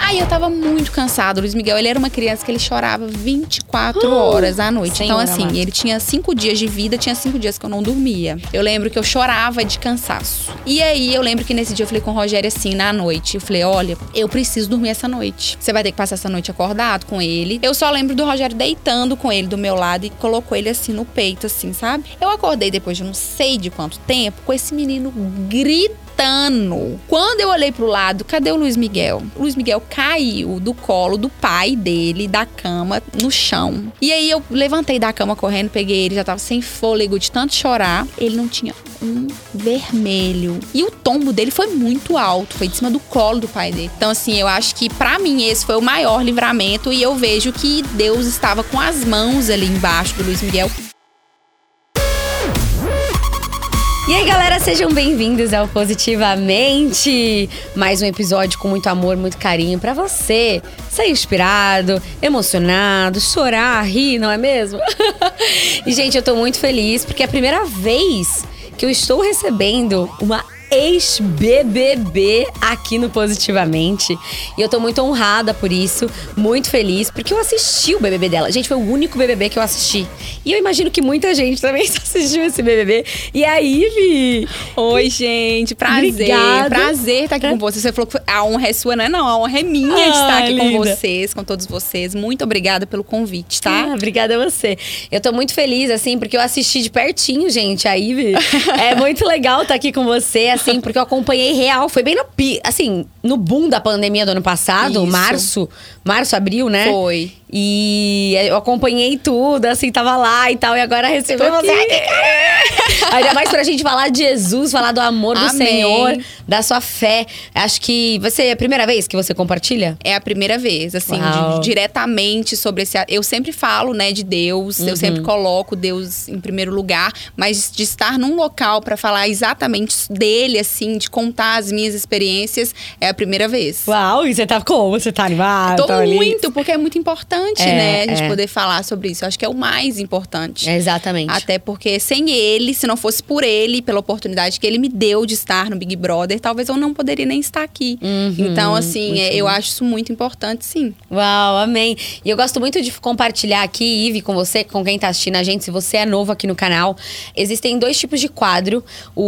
Aí eu tava muito cansada. O Luiz Miguel, ele era uma criança que ele chorava 24 horas à noite. Senhor, então assim, amado. ele tinha 5 dias de vida, tinha 5 dias que eu não dormia. Eu lembro que eu chorava de cansaço. E aí eu lembro que nesse dia eu falei com o Rogério assim, na noite. Eu falei, olha, eu preciso dormir essa noite. Você vai ter que passar essa noite acordado com ele. Eu só lembro do Rogério deitando com ele do meu lado e colocou ele assim no peito, assim, sabe? Eu acordei depois de não sei de quanto tempo com esse menino gritando. Quando eu olhei pro lado, cadê o Luiz Miguel? O Luiz Miguel caiu do colo do pai dele, da cama, no chão. E aí eu levantei da cama correndo, peguei ele, já tava sem fôlego de tanto chorar. Ele não tinha um vermelho. E o tombo dele foi muito alto, foi de cima do colo do pai dele. Então assim, eu acho que pra mim esse foi o maior livramento e eu vejo que Deus estava com as mãos ali embaixo do Luiz Miguel. E aí, galera, sejam bem-vindos ao Positivamente. Mais um episódio com muito amor, muito carinho pra você sair inspirado, emocionado, chorar, rir, não é mesmo? E, gente, eu tô muito feliz porque é a primeira vez que eu estou recebendo uma ex-BBB aqui no Positivamente. E eu tô muito honrada por isso, muito feliz, porque eu assisti o BBB dela. Gente, foi o único BBB que eu assisti. E eu imagino que muita gente também assistiu esse BBB. E aí, Vi? Oi, gente, prazer. Obrigada. Prazer estar aqui com vocês. Você falou que a honra é sua, não, a honra é minha de estar aqui linda. com vocês, com todos vocês. Muito obrigada pelo convite, tá? Obrigada a você. Eu tô muito feliz, assim, porque eu assisti de pertinho, gente, a Ivy. É muito legal estar aqui com você, assim, porque eu acompanhei real. Foi bem no boom da pandemia do ano passado, Isso. março, abril, né? Foi. E eu acompanhei tudo, assim, tava lá e tal. E agora recebeu você aqui. Ainda mais pra gente falar de Jesus, falar do amor do Amém. Senhor, da sua fé. Acho que vai ser a primeira vez que você compartilha? É a primeira vez, assim, Uau. diretamente sobre esse... Eu sempre falo, né, de Deus. Eu sempre coloco Deus em primeiro lugar. Mas de estar num local pra falar exatamente dele, assim, de contar as minhas experiências, é a primeira vez. Uau, e você tá como? Você tá animada? Tô tá feliz? muito, porque é muito importante, É, né? A gente é. poder falar sobre isso. Eu acho que é o mais importante. É, exatamente. Até porque sem ele, se não fosse por ele, pela oportunidade que ele me deu de estar no Big Brother, talvez eu não poderia nem estar aqui. Então, assim, eu acho isso muito importante, sim. Uau, amém. E eu gosto muito de compartilhar aqui, Ivy, com você, com quem tá assistindo a gente. Se você é novo aqui no canal, existem 2 tipos de quadro.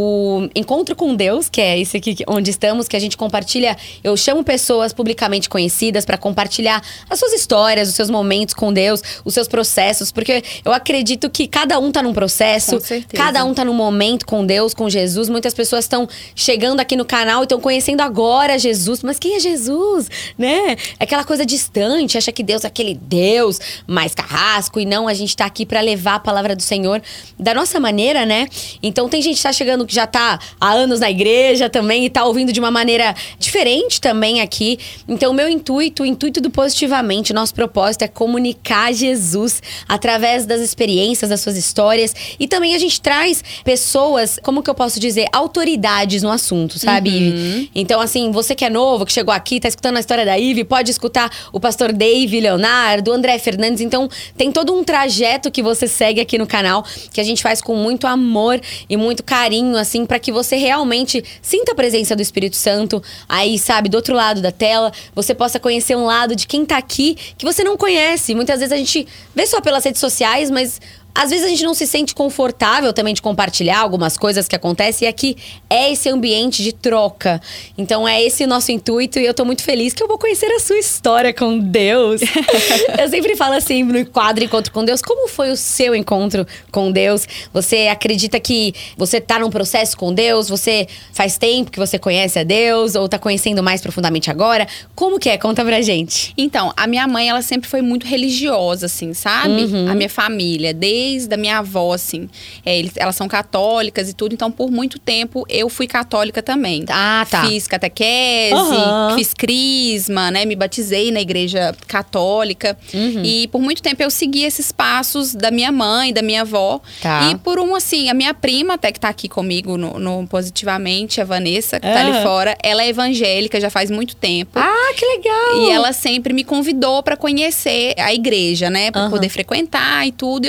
O Encontro com Deus, que é esse aqui onde estamos, que a gente compartilha. Eu chamo pessoas publicamente conhecidas pra compartilhar as suas histórias, os seus momentos com Deus, os seus processos. Porque eu acredito que cada um tá num processo. Com certeza. Cada um tá num momento com Deus, com Jesus. Muitas pessoas estão chegando aqui no canal e estão conhecendo agora Jesus. Mas quem é Jesus? Né? É aquela coisa distante, acha que Deus é aquele Deus mais carrasco. E não, a gente tá aqui pra levar a palavra do Senhor da nossa maneira, né? Então tem gente que tá chegando que já tá há anos na igreja também e tá ouvindo de uma maneira diferente também aqui. Então o meu intuito, o intuito do Positivamente, nosso propósito é comunicar Jesus através das experiências, das suas histórias. E também a gente traz pessoas, como que eu posso dizer, autoridades no assunto, sabe, Ivy? Então, assim, você que é novo, que chegou aqui, tá escutando a história da Ivy, pode escutar o pastor Dave Leonardo, o André Fernandes. Então, tem todo um trajeto que você segue aqui no canal, que a gente faz com muito amor e muito carinho, assim, pra que você realmente sinta a presença do Espírito Santo aí, sabe, do outro lado da tela. Você possa conhecer um lado de quem tá aqui que você não conhece. Muitas vezes a gente vê só pelas redes sociais, mas às vezes a gente não se sente confortável também de compartilhar algumas coisas que acontecem. E aqui é esse ambiente de troca. Então é esse o nosso intuito. E eu tô muito feliz que eu vou conhecer a sua história com Deus. Eu sempre falo assim no quadro Encontro com Deus. Como foi o seu encontro com Deus? Você acredita que você tá num processo com Deus? Você faz tempo que você conhece a Deus? Ou tá conhecendo mais profundamente agora? Como que é? Conta pra gente. Então, a minha mãe, ela sempre foi muito religiosa, assim, sabe? A minha família, desde a minha avó, assim. Elas são católicas e tudo, então por muito tempo eu fui católica também. Ah, tá. Fiz catequese, fiz crisma, né? Me batizei na igreja católica. E por muito tempo eu segui esses passos da minha mãe, da minha avó. Tá. E por assim, a minha prima, até que tá aqui comigo no Positivamente, a Vanessa, que tá ali fora, ela é evangélica já faz muito tempo. Ah, que legal! E ela sempre me convidou pra conhecer a igreja, né? Pra poder frequentar e tudo. E eu sempre ficava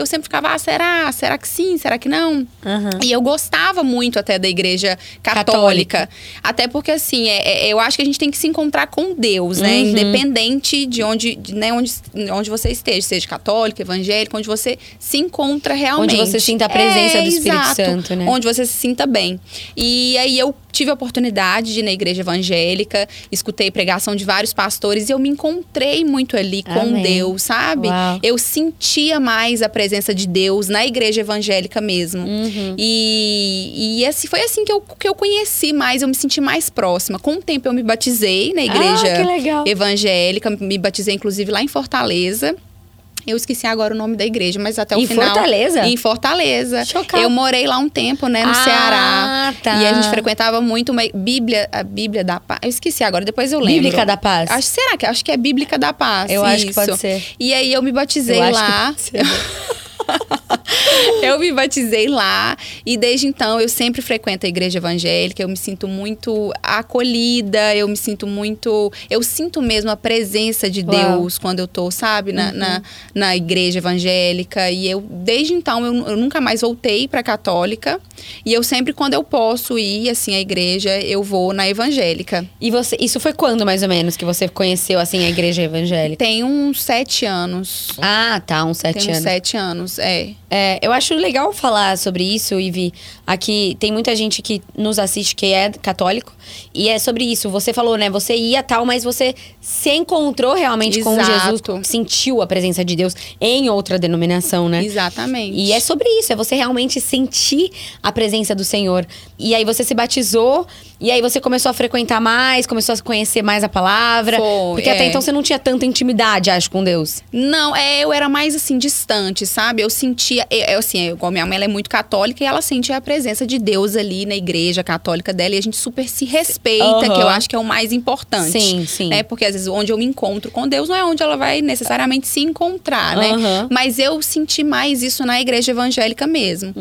ficava, será que sim, será que não? Uhum. E eu gostava muito até da igreja católica. Até porque, assim, eu acho que a gente tem que se encontrar com Deus, né? Independente de onde você esteja. Seja católico, evangélico, onde você se encontra realmente. Onde você sinta a presença do Espírito exato. Santo, né? Onde você se sinta bem. E aí eu tive a oportunidade de ir na igreja evangélica, escutei pregação de vários pastores e eu me encontrei muito ali com Amém. Deus, sabe? Uau. Eu sentia mais a presença de Deus na igreja evangélica mesmo. E assim, foi assim que eu conheci mais, eu me senti mais próxima. Com o tempo eu me batizei na igreja que legal. evangélica, me batizei inclusive lá em Fortaleza. Eu esqueci agora o nome da igreja, mas até o Em final... Fortaleza? Em Fortaleza. Chocada. Eu morei lá um tempo, né, no Ceará. Tá. E a gente frequentava muito a Bíblia da Paz. Eu esqueci agora, depois eu lembro. Bíblica da Paz? Acho que é Bíblica da Paz. Eu acho que isso. pode ser. E aí eu me batizei Eu acho lá. que pode ser. Eu me batizei lá e desde então eu sempre frequento a igreja evangélica. Eu me sinto muito acolhida, eu sinto mesmo a presença de Deus quando eu tô, sabe, na igreja evangélica. E eu, desde então, eu nunca mais voltei pra católica. E eu sempre, quando eu posso ir, assim, à igreja, eu vou na evangélica. E isso foi quando, mais ou menos, que você conheceu, assim, a igreja evangélica? Tem uns 7 anos. Ah, tá, uns 7 Tem anos. uns 7 anos, Eu acho legal falar sobre isso, Ivy. Aqui tem muita gente que nos assiste que é católico. E é sobre isso. Você falou, né? Você ia tal, mas você se encontrou realmente com Jesus. Sentiu a presença de Deus em outra denominação, né? Exatamente. E é sobre isso. É você realmente sentir a presença do Senhor. E aí você se batizou. E aí você começou a frequentar mais. Começou a conhecer mais a palavra. Porque até então você não tinha tanta intimidade, acho, com Deus. Não, eu era mais, assim, distante, sabe? Eu sentia... igual minha mãe, ela é muito católica. E ela sentia a presença de Deus ali na igreja católica dela. E a gente super se respeita, que eu acho que é o mais importante. Sim, sim. Né? Porque às vezes onde eu me encontro com Deus não é onde ela vai necessariamente se encontrar, né? Mas eu senti mais isso na igreja evangélica mesmo.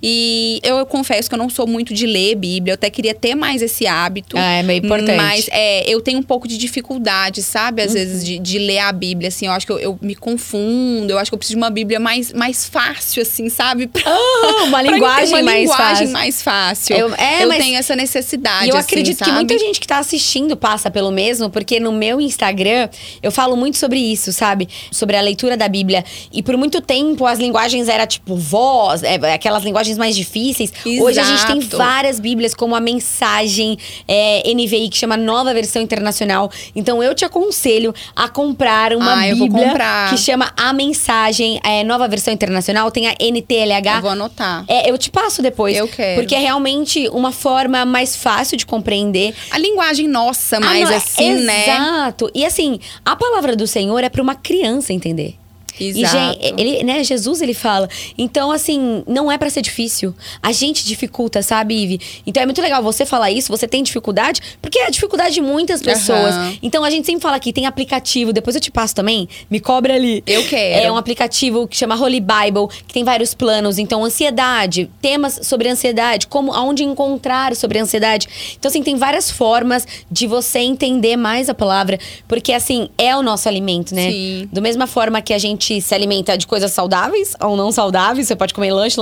E eu confesso que eu não sou muito de ler Bíblia. Eu até queria ter mais esse hábito. É meio importante. Mas eu tenho um pouco de dificuldade, sabe? Às vezes de ler a Bíblia, assim. Eu acho que eu me confundo. Eu acho que eu preciso de uma Bíblia mais fácil, assim, sabe? Uma linguagem mais fácil. Eu tenho essa necessidade, e eu assim, acredito sabe? que muita gente que tá assistindo passa pelo mesmo, porque no meu Instagram eu falo muito sobre isso, sabe? Sobre a leitura da Bíblia. E por muito tempo as linguagens eram tipo voz, aquelas linguagens mais difíceis. Exato. Hoje a gente tem várias Bíblias, como a Mensagem NVI, que chama Nova Versão Internacional. Então eu te aconselho a comprar uma Bíblia eu vou comprar. que chama A Mensagem Nova Versão Internacional. Tem a NTLH. Eu vou anotar. Eu te passo depois. Eu quero. Porque é realmente uma forma mais fácil de compreender. A linguagem nossa, mais assim, né? Exato. E assim, a palavra do Senhor é para uma criança entender. Exato. E, Jesus, ele fala. Então, assim, não é pra ser difícil. A gente dificulta, sabe, Ivy? Então, é muito legal você falar isso. Você tem dificuldade, porque é a dificuldade de muitas pessoas. Então, a gente sempre fala aqui, tem aplicativo. Depois eu te passo também. Me cobra ali. Eu quero. É um aplicativo que chama Holy Bible, que tem vários planos. Então, ansiedade, temas sobre ansiedade, aonde encontrar sobre ansiedade. Então, assim, tem várias formas de você entender mais a palavra. Porque, assim, é o nosso alimento, né? Sim. Da mesma forma que a gente se alimenta de coisas saudáveis ou não saudáveis. Você pode comer lanche,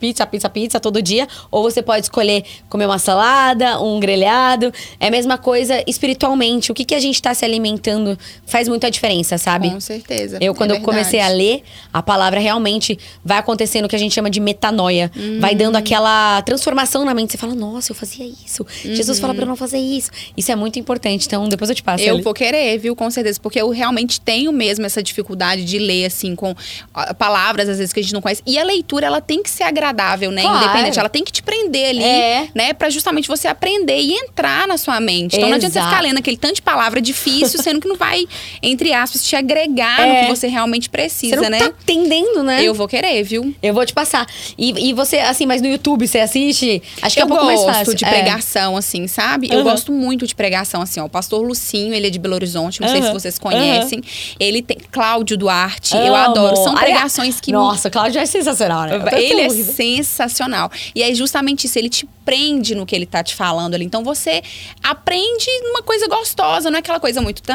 pizza todo dia. Ou você pode escolher comer uma salada, um grelhado. É a mesma coisa espiritualmente. O que a gente tá se alimentando faz muita diferença, sabe? Com certeza. Quando eu comecei a ler, a palavra realmente vai acontecendo o que a gente chama de metanoia. Vai dando aquela transformação na mente. Você fala, nossa, eu fazia isso. Jesus fala pra eu não fazer isso. Isso é muito importante. Então, depois eu te passo. Eu vou querer, viu? Com certeza. Porque eu realmente tenho mesmo essa dificuldade de ler, assim, com palavras, às vezes, que a gente não conhece. E a leitura, ela tem que ser agradável, né? Claro. Independente. Ela tem que te prender ali, né? Pra justamente você aprender e entrar na sua mente. Então, não adianta você ficar lendo aquele tanto de palavra difícil, sendo que não vai, entre aspas, te agregar no que você realmente precisa, você não né? tá entendendo, né? Eu vou querer, viu? Eu vou te passar. E você, assim, mas no YouTube você assiste? Acho que é um pouco mais fácil. Eu gosto de pregação, assim, sabe? Eu gosto muito de pregação, assim, ó. O pastor Lucinho, ele é de Belo Horizonte, não sei se vocês conhecem. Ele tem Cláudio Duarte, eu adoro. São pregações que... Nossa, o Cláudio é sensacional, né? Ele é sensacional. E é justamente isso, ele te prende no que ele tá te falando ali. Então você aprende uma coisa gostosa, não é aquela coisa muito...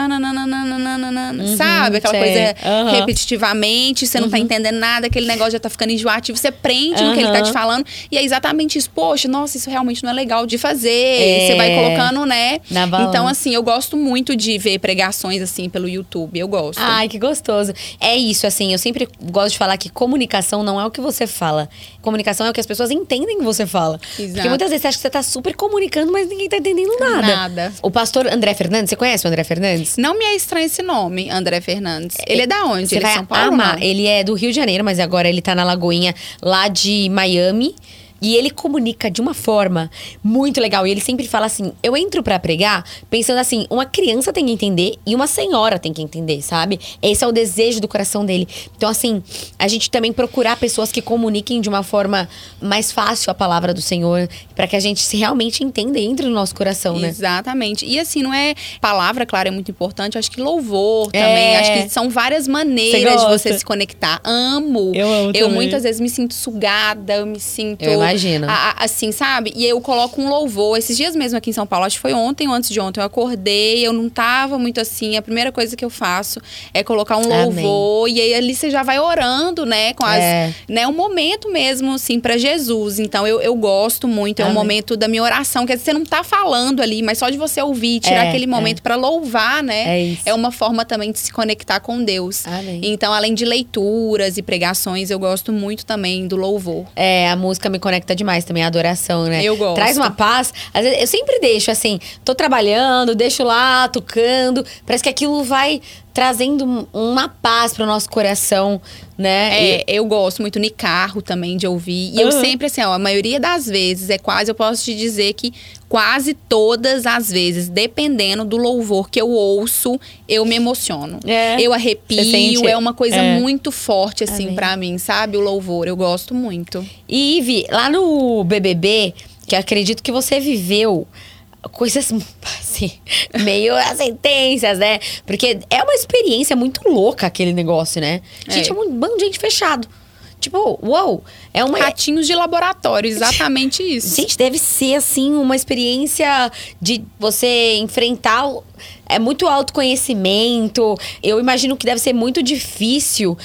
sabe? Aquela coisa repetitivamente, você não tá entendendo nada, aquele negócio já tá ficando enjoativo. Você prende no que ele tá te falando. E é exatamente isso. Poxa, nossa, isso realmente não é legal de fazer. Você vai colocando, né? Então, assim, eu gosto muito de ver pregações, assim, pelo YouTube. Eu gosto. Ai, que gostoso. É isso, assim, eu sempre gosto de falar que comunicação não é o que você fala. Comunicação é o que as pessoas entendem que você fala. Exato. Porque muitas vezes você acha que você tá super comunicando, mas ninguém tá entendendo nada. O pastor André Fernandes, você conhece o André Fernandes? Não me é estranho esse nome, André Fernandes. Ele é da onde? Você Ele é vai de São Paulo? amar. Ele é do Rio de Janeiro, mas agora ele tá na Lagoinha, lá de Miami. E ele comunica de uma forma muito legal. E ele sempre fala assim, eu entro pra pregar pensando assim, uma criança tem que entender e uma senhora tem que entender, sabe? Esse é o desejo do coração dele. Então, assim, a gente também procurar pessoas que comuniquem de uma forma mais fácil a palavra do Senhor, pra que a gente se realmente entenda e entre no nosso coração, né? Exatamente. E assim, não é... Palavra, claro, é muito importante. Acho que louvor também. Acho que são várias maneiras de você se conectar. Amo. Eu muitas vezes me sinto sugada, eu me sinto... Imagino. Assim, sabe? E eu coloco um louvor. Esses dias mesmo aqui em São Paulo, acho que foi ontem ou antes de ontem, eu acordei, eu não tava muito assim. A primeira coisa que eu faço é colocar um louvor. E aí ali você já vai orando, né? Com as, né? Um momento mesmo, assim, pra Jesus. Então eu gosto muito. É um momento da minha oração. Quer dizer, você não tá falando ali, mas só de você ouvir, tirar aquele momento pra louvar, né? É uma forma também de se conectar com Deus. Amém. Então, além de leituras e pregações, eu gosto muito também do louvor. A música me conecta demais também, a adoração, né? Eu gosto. Traz uma paz. Às vezes, eu sempre deixo, assim, tô trabalhando, deixo lá, tocando. Parece que aquilo vai trazendo uma paz pro nosso coração, né? Eu gosto muito no carro também de ouvir. E eu sempre, assim, a maioria das vezes, eu posso te dizer que quase todas as vezes, dependendo do louvor que eu ouço, eu me emociono. Eu arrepio, é uma coisa muito forte, assim, pra mim, sabe? O louvor, eu gosto muito. E, Ivi, lá no BBB, que acredito que você viveu coisas, assim, meio sentenças, né? Porque é uma experiência muito louca aquele negócio, né? Gente, é um bando de gente fechado. Tipo, uou! Ratinhos de laboratório, exatamente isso. Gente, deve ser, assim, uma experiência de você enfrentar... É muito autoconhecimento. Eu imagino que deve ser muito difícil.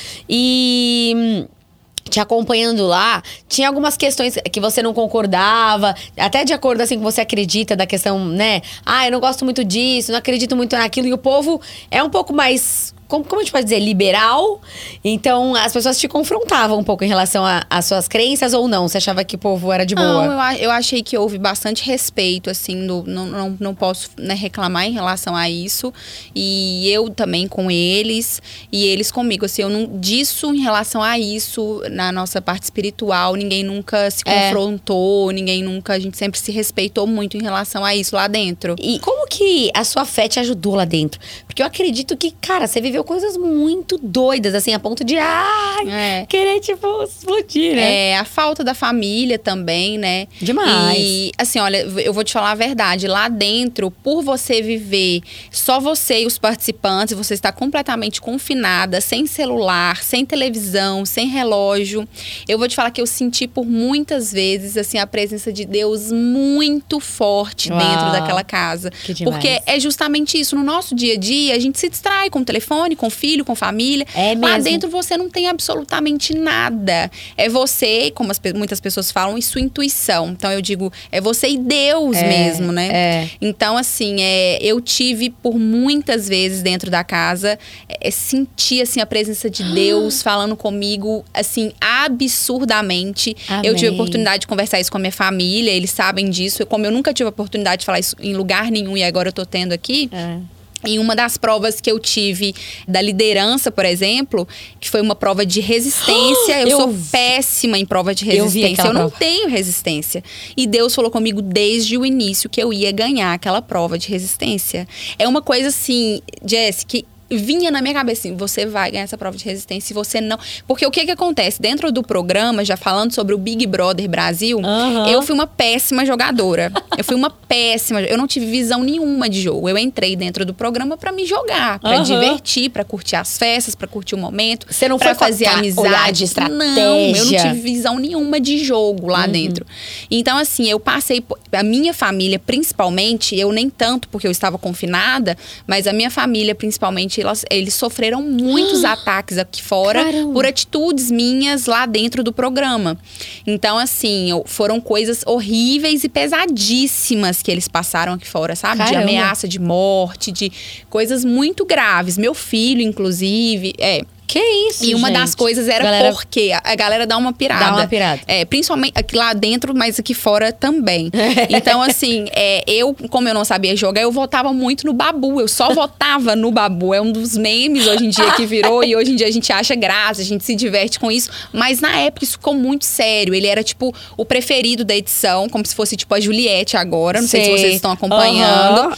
E... te acompanhando lá, tinha algumas questões que você não concordava, até de acordo assim que você acredita da questão, né? Eu não gosto muito disso, não acredito muito naquilo. E o povo é um pouco mais, como a gente pode dizer, liberal. Então, as pessoas te confrontavam um pouco em relação às suas crenças ou não? Você achava que o povo era de boa? Não, eu achei que houve bastante respeito, assim, não posso, né, reclamar em relação a isso. E eu também com eles, e eles comigo, assim, disso em relação a isso, na nossa parte espiritual, ninguém nunca se confrontou, a gente sempre se respeitou muito em relação a isso lá dentro. E como que a sua fé te ajudou lá dentro? Porque eu acredito que, cara, você viveu coisas muito doidas, assim, a ponto de, querer, tipo, explodir, né? A falta da família também, né? Demais. E, assim, olha, eu vou te falar a verdade, lá dentro, por você viver só você e os participantes, você está completamente confinada, sem celular, sem televisão, sem relógio. Eu vou te falar que eu senti por muitas vezes, assim, a presença de Deus muito forte dentro daquela casa. Que demais. Porque é justamente isso, no nosso dia a dia, a gente se distrai com o telefone, com o filho, com família. Lá dentro você não tem absolutamente nada. É você, como muitas pessoas falam, e sua intuição. Então eu digo, é você e Deus mesmo, né? Então, assim, eu tive por muitas vezes dentro da casa, senti, assim, a presença de Deus falando comigo, assim, absurdamente. Amém. Eu tive a oportunidade de conversar isso com a minha família, eles sabem disso. Como eu nunca tive a oportunidade de falar isso em lugar nenhum e agora eu tô tendo aqui. Em uma das provas que eu tive da liderança, por exemplo, que foi uma prova de resistência. Eu sou péssima em prova de resistência. Eu não tenho resistência. E Deus falou comigo desde o início que eu ia ganhar aquela prova de resistência. É uma coisa assim, Jess, que vinha na minha cabeça assim, você vai ganhar essa prova de resistência se você não... Porque o que acontece? Dentro do programa, já falando sobre o Big Brother Brasil, eu fui uma péssima jogadora. Eu não tive visão nenhuma de jogo. Eu entrei dentro do programa pra me jogar, pra divertir, pra curtir as festas, pra curtir o momento. Você não pra foi fazer amizade, estratégia? Não, eu não tive visão nenhuma de jogo lá dentro. Então, assim, eu passei... A minha família, principalmente, eu nem tanto, porque eu estava confinada, mas a minha família, principalmente, eles sofreram muitos ataques aqui fora por atitudes minhas lá dentro do programa. Então, assim, foram coisas horríveis e pesadíssimas que eles passaram aqui fora, sabe? Caramba. De ameaça de morte, de coisas muito graves. Meu filho, inclusive, Que isso, E uma gente? das coisas era porque a galera dá uma pirada. Dá uma pirada. Principalmente aqui lá dentro, mas aqui fora também. Então, assim, como eu não sabia jogar, eu votava muito no Babu. Eu só votava no Babu. É um dos memes hoje em dia que virou. E hoje em dia a gente acha graça, a gente se diverte com isso. Mas na época isso ficou muito sério. Ele era, tipo, o preferido da edição. Como se fosse, tipo, a Juliette agora. Não sei se vocês estão acompanhando.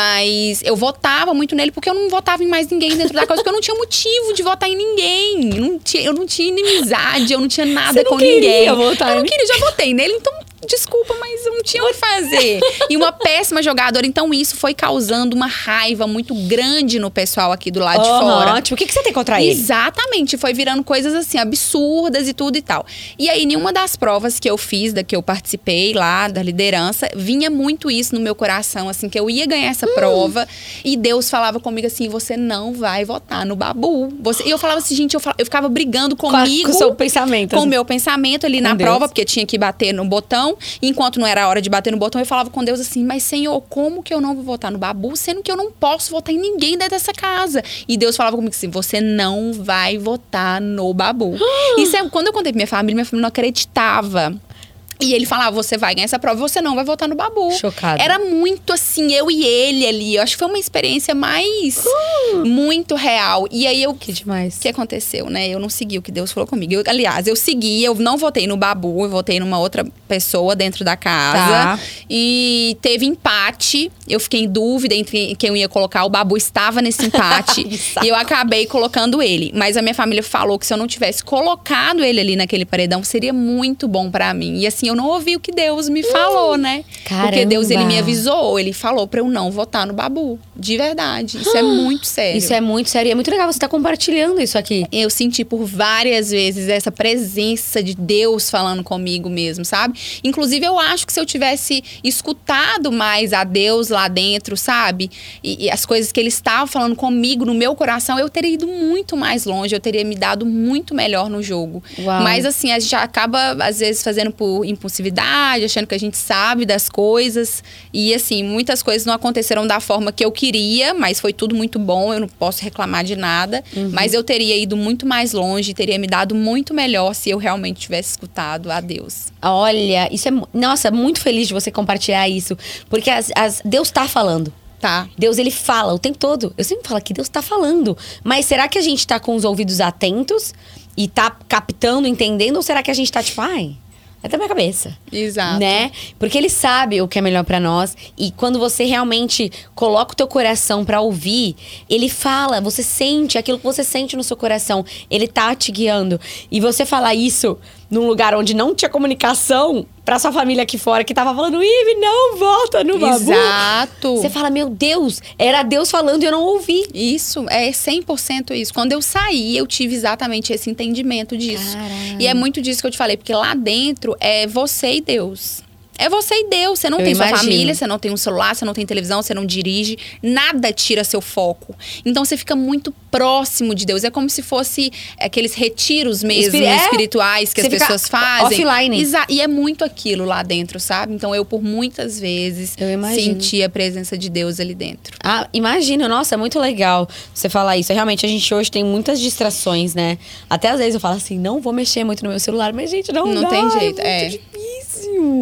Mas eu votava muito nele porque eu não votava em mais ninguém dentro da casa. Porque eu não tinha motivo de votar em ninguém. Eu não tinha inimizade, eu não tinha nada com ninguém. Eu não queria, já votei nele, então desculpa, mas eu não tinha o que fazer. E uma péssima jogadora, então isso foi causando uma raiva muito grande no pessoal aqui do lado de fora. Tipo, o que você tem contra ele? Exatamente, foi virando coisas assim, absurdas e tudo e tal. E aí, nenhuma das provas que eu fiz, da que eu participei lá, da liderança, vinha muito isso no meu coração, assim, que eu ia ganhar essa prova. E Deus falava comigo assim, você não vai votar no Babu. E eu falava assim, gente, eu ficava brigando comigo. Com o seu pensamento. Com o meu pensamento ali na prova, porque tinha que bater no botão. Enquanto não era a hora de bater no botão, eu falava com Deus assim, mas Senhor, como que eu não vou votar no Babu, sendo que eu não posso votar em ninguém dentro dessa casa? E Deus falava comigo assim, você não vai votar no Babu. Isso quando eu contei pra minha família não acreditava. E ele falava, você vai ganhar essa prova, você não vai votar no Babu. Chocada. Era muito assim, eu e ele ali. Eu acho que foi uma experiência mais muito real. E aí Que demais. O que aconteceu, né? Eu não segui o que Deus falou comigo. Aliás, eu segui, eu não votei no Babu, eu votei numa outra pessoa dentro da casa. Tá. E teve empate. Eu fiquei em dúvida entre quem eu ia colocar. O Babu estava nesse empate. E eu acabei colocando ele. Mas a minha família falou que se eu não tivesse colocado ele ali naquele paredão, seria muito bom pra mim. E assim, eu não ouvi o que Deus me falou, né? Caramba. Porque Deus, ele me avisou. Ele falou pra eu não votar no Babu. De verdade. Isso é muito sério. Isso é muito sério. E é muito legal você estar compartilhando isso aqui. Eu senti por várias vezes essa presença de Deus falando comigo mesmo, sabe? Inclusive, eu acho que se eu tivesse escutado mais a Deus lá dentro, sabe? E as coisas que Ele estava falando comigo no meu coração, eu teria ido muito mais longe. Eu teria me dado muito melhor no jogo. Uau. Mas assim, a gente acaba, às vezes, fazendo por impulsividade, achando que a gente sabe das coisas. E assim, muitas coisas não aconteceram da forma que eu queria, mas foi tudo muito bom. Eu não posso reclamar de nada. Mas eu teria ido muito mais longe, teria me dado muito melhor se eu realmente tivesse escutado a Deus. Olha, isso é... Nossa, muito feliz de você compartilhar isso. Porque Deus tá falando. Tá. Deus, ele fala o tempo todo. Eu sempre falo que Deus tá falando. Mas será que a gente tá com os ouvidos atentos e tá captando, entendendo? Ou será que a gente tá tipo, ai... É da minha cabeça. Exato. Né? Porque ele sabe o que é melhor pra nós. E quando você realmente coloca o teu coração pra ouvir, ele fala, você sente aquilo que você sente no seu coração. Ele tá te guiando. E você falar isso num lugar onde não tinha comunicação pra sua família aqui fora, que tava falando, Ive, não volta no Babu. Exato. Você fala, meu Deus, era Deus falando e eu não ouvi. Isso, é 100% isso. Quando eu saí, eu tive exatamente esse entendimento disso. Caralho. E é muito disso que eu te falei, porque lá dentro é você e Deus. É você e Deus. Você não tem sua família, você não tem um celular, você não tem televisão, você não dirige. Nada tira seu foco. Então, você fica muito próximo de Deus. É como se fosse aqueles retiros mesmo espirituais que as pessoas fazem. Offline. E é muito aquilo lá dentro, sabe? Então, eu por muitas vezes senti a presença de Deus ali dentro. Ah, imagina. Nossa, é muito legal você falar isso. Realmente, a gente hoje tem muitas distrações, né? Até às vezes eu falo assim, não vou mexer muito no meu celular. Mas, gente, não dá. Não tem jeito, é muito difícil.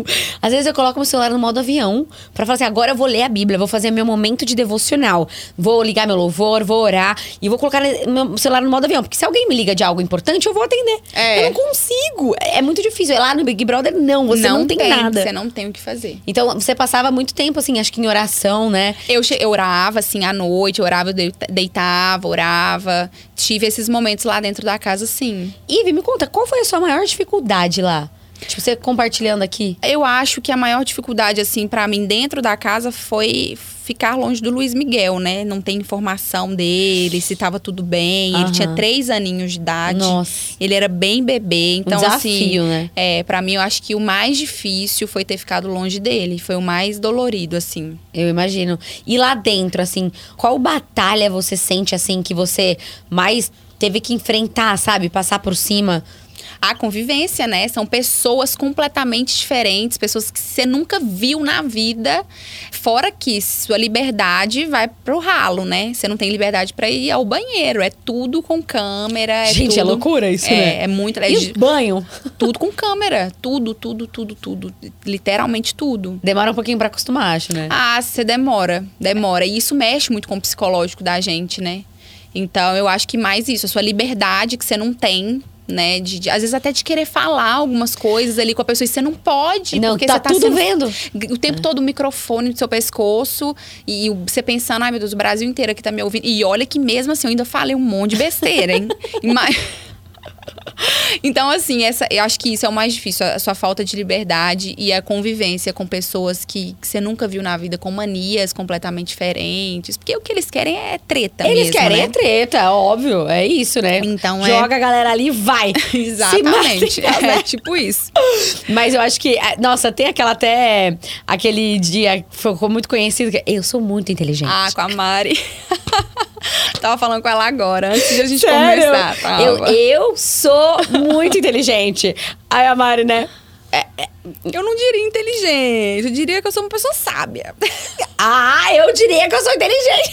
Às vezes eu coloco meu celular no modo avião pra falar assim, agora eu vou ler a Bíblia, vou fazer meu momento de devocional. Vou ligar meu louvor, vou orar e vou colocar meu celular no modo avião. Porque se alguém me liga de algo importante, eu vou atender. Eu não consigo. É muito difícil. Lá no Big Brother, não. Você não tem nada. Você não tem o que fazer. Então, você passava muito tempo, assim, acho que em oração, né? Eu orava, assim, à noite. Eu orava, eu deitava, orava. Tive esses momentos lá dentro da casa, sim. Ivy, me conta, qual foi a sua maior dificuldade lá? Tipo, você compartilhando aqui. Eu acho que a maior dificuldade, assim, pra mim, dentro da casa foi ficar longe do Luiz Miguel, né? Não tem informação dele, se tava tudo bem. Ele tinha 3 aninhos de idade. Nossa. Ele era bem bebê. Então, desafio, assim, né? Pra mim, eu acho que o mais difícil foi ter ficado longe dele. Foi o mais dolorido, assim. Eu imagino. E lá dentro, assim, qual batalha você sente, assim, que você mais teve que enfrentar, sabe? Passar por cima? A convivência, né? São pessoas completamente diferentes, pessoas que você nunca viu na vida. Fora que sua liberdade vai pro ralo, né? Você não tem liberdade pra ir ao banheiro. É tudo com câmera. Gente, tudo, é loucura isso, né? É muito. E banho? Tudo com câmera. Tudo. Literalmente tudo. Demora um pouquinho pra acostumar, acho, né? Ah, você demora. E isso mexe muito com o psicológico da gente, né? Então, eu acho que mais isso. A sua liberdade que você não tem, né? Às vezes até de querer falar algumas coisas ali com a pessoa e você não pode. Não, porque tá você tá tudo vendo. O tempo todo o microfone no seu pescoço e você pensando, ai meu Deus, o Brasil inteiro aqui tá me ouvindo. E olha que mesmo assim eu ainda falei um monte de besteira, hein? Então, assim, eu acho que isso é o mais difícil, a sua falta de liberdade e a convivência com pessoas que você nunca viu na vida, com manias completamente diferentes. Porque o que eles querem é treta mesmo, Eles querem né? treta, óbvio. É isso, né? Então, joga a galera ali e vai. Exatamente. É tipo isso. Mas eu acho que, nossa, tem aquele dia que ficou muito conhecido, que eu sou muito inteligente. Ah, com a Mari. Tava falando com ela agora, antes de a gente Sério? conversar. Eu sou muito inteligente. Aí a Mari, né? Eu não diria inteligente, eu diria que eu sou uma pessoa sábia. Ah, eu diria que eu sou inteligente.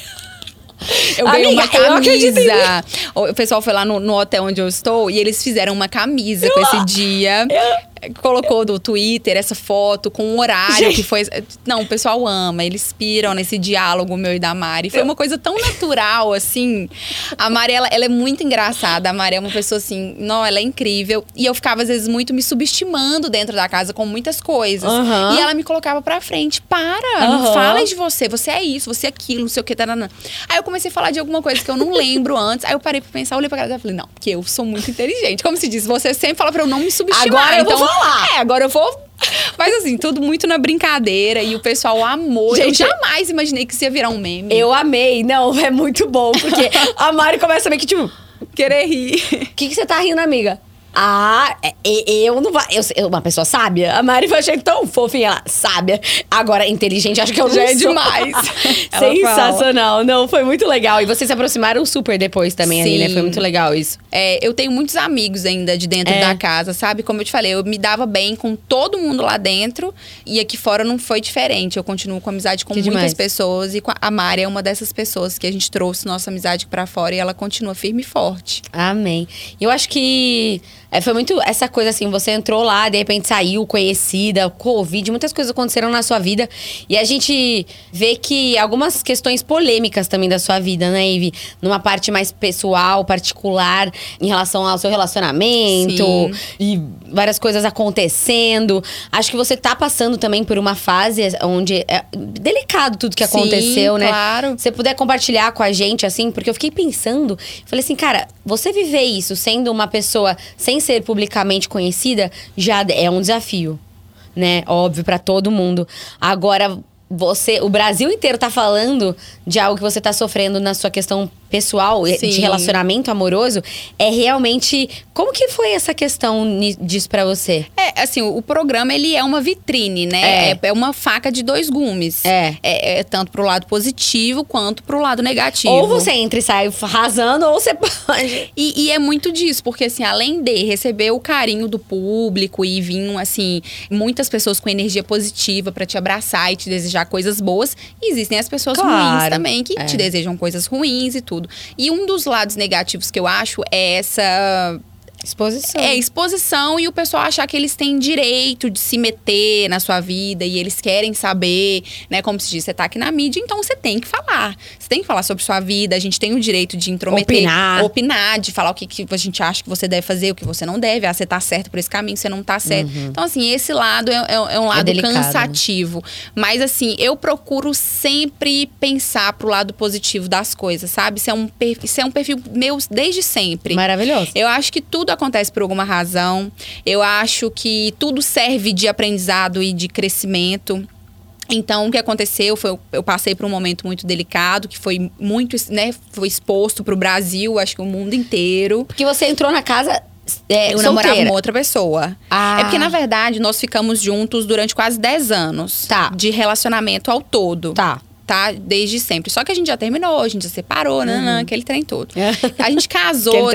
Eu ganhei uma Amiga, eu acredito em camisa. O pessoal foi lá no hotel onde eu estou e eles fizeram uma camisa com esse dia. Colocou do Twitter essa foto com um horário. Gente. Que foi... Não, o pessoal ama, eles piram nesse diálogo meu e da Mari. Foi uma coisa tão natural, assim. A Mari, ela é muito engraçada. A Mari é uma pessoa assim, não, ela é incrível. E eu ficava, às vezes, muito me subestimando dentro da casa com muitas coisas. E ela me colocava pra frente. Não fala de você. Você é isso, você é aquilo, não sei o que. Taranã. Aí eu comecei a falar de alguma coisa que eu não lembro antes. Aí eu parei pra pensar, olhei pra cara e falei, não, porque eu sou muito inteligente. Como se diz, você sempre fala pra eu não me subestimar. Agora eu vou falar. Agora eu vou... Mas assim, tudo muito na brincadeira. E o pessoal amou. Gente, eu jamais imaginei que isso ia virar um meme. Eu amei. Não, é muito bom. Porque a Mari começa meio que tipo... Querer rir. O que você tá rindo, amiga? Ah, eu não vai. Eu uma pessoa sábia. A Mari foi achando tão fofinha, ela sábia. Agora, inteligente, acho que eu Já não é sou. demais. Sensacional. Não, foi muito legal. E vocês se aproximaram super depois também ali, né? Sim. Foi muito legal isso. Eu tenho muitos amigos ainda de dentro da casa, sabe? Como eu te falei, eu me dava bem com todo mundo lá dentro. E aqui fora não foi diferente. Eu continuo com amizade com muitas pessoas. E a Mari é uma dessas pessoas que a gente trouxe nossa amizade pra fora. E ela continua firme e forte. Amém. Eu acho que... foi muito essa coisa assim, você entrou lá, de repente saiu conhecida, Covid, muitas coisas aconteceram na sua vida. E a gente vê que algumas questões polêmicas também da sua vida, né, Ivy? Numa parte mais pessoal, particular, em relação ao seu relacionamento. Sim. E várias coisas acontecendo. Acho que você tá passando também por uma fase onde é delicado tudo que aconteceu, né? Claro. Se você puder compartilhar com a gente, assim, porque eu fiquei pensando, falei assim, cara, você viver isso sendo uma pessoa sem ser publicamente conhecida já é um desafio, né? Óbvio, pra todo mundo. Agora, o Brasil inteiro tá falando de algo que você tá sofrendo na sua questão pessoal, Sim. de relacionamento amoroso. É realmente... Como que foi essa questão disso pra você? Assim, o programa, ele é uma vitrine, né? É uma faca de 2 gumes. É tanto pro lado positivo, quanto pro lado negativo. Ou você entra e sai arrasando, ou você pode... E é muito disso, porque assim, além de receber o carinho do público e vir, assim, muitas pessoas com energia positiva pra te abraçar e te desejar coisas boas, existem as pessoas ruins também, que te desejam coisas ruins e tudo. E um dos lados negativos que eu acho é Exposição. É, exposição e o pessoal achar que eles têm direito de se meter na sua vida e eles querem saber, né? Como se diz, você tá aqui na mídia, então você tem que falar. Você tem que falar sobre sua vida, a gente tem o direito de intrometer. Opinar, de falar o que a gente acha que você deve fazer, o que você não deve. Você tá certo por esse caminho, você não tá certo. Então, assim, esse lado é um lado delicado, cansativo. Né? Mas, assim, eu procuro sempre pensar pro lado positivo das coisas, sabe? Isso é um perfil meu desde sempre. Maravilhoso. Eu acho que tudo acontece por alguma razão. Eu acho que tudo serve de aprendizado e de crescimento. Então, o que aconteceu foi, eu passei por um momento muito delicado, que foi muito, né, foi exposto pro Brasil, acho que o mundo inteiro. Porque você entrou na casa... eu namorava com outra pessoa. Ah. É porque, na verdade, nós ficamos juntos durante quase 10 anos. Tá. De relacionamento ao todo. Tá. Desde sempre. Só que a gente já terminou, a gente já separou, aquele trem todo. A gente casou,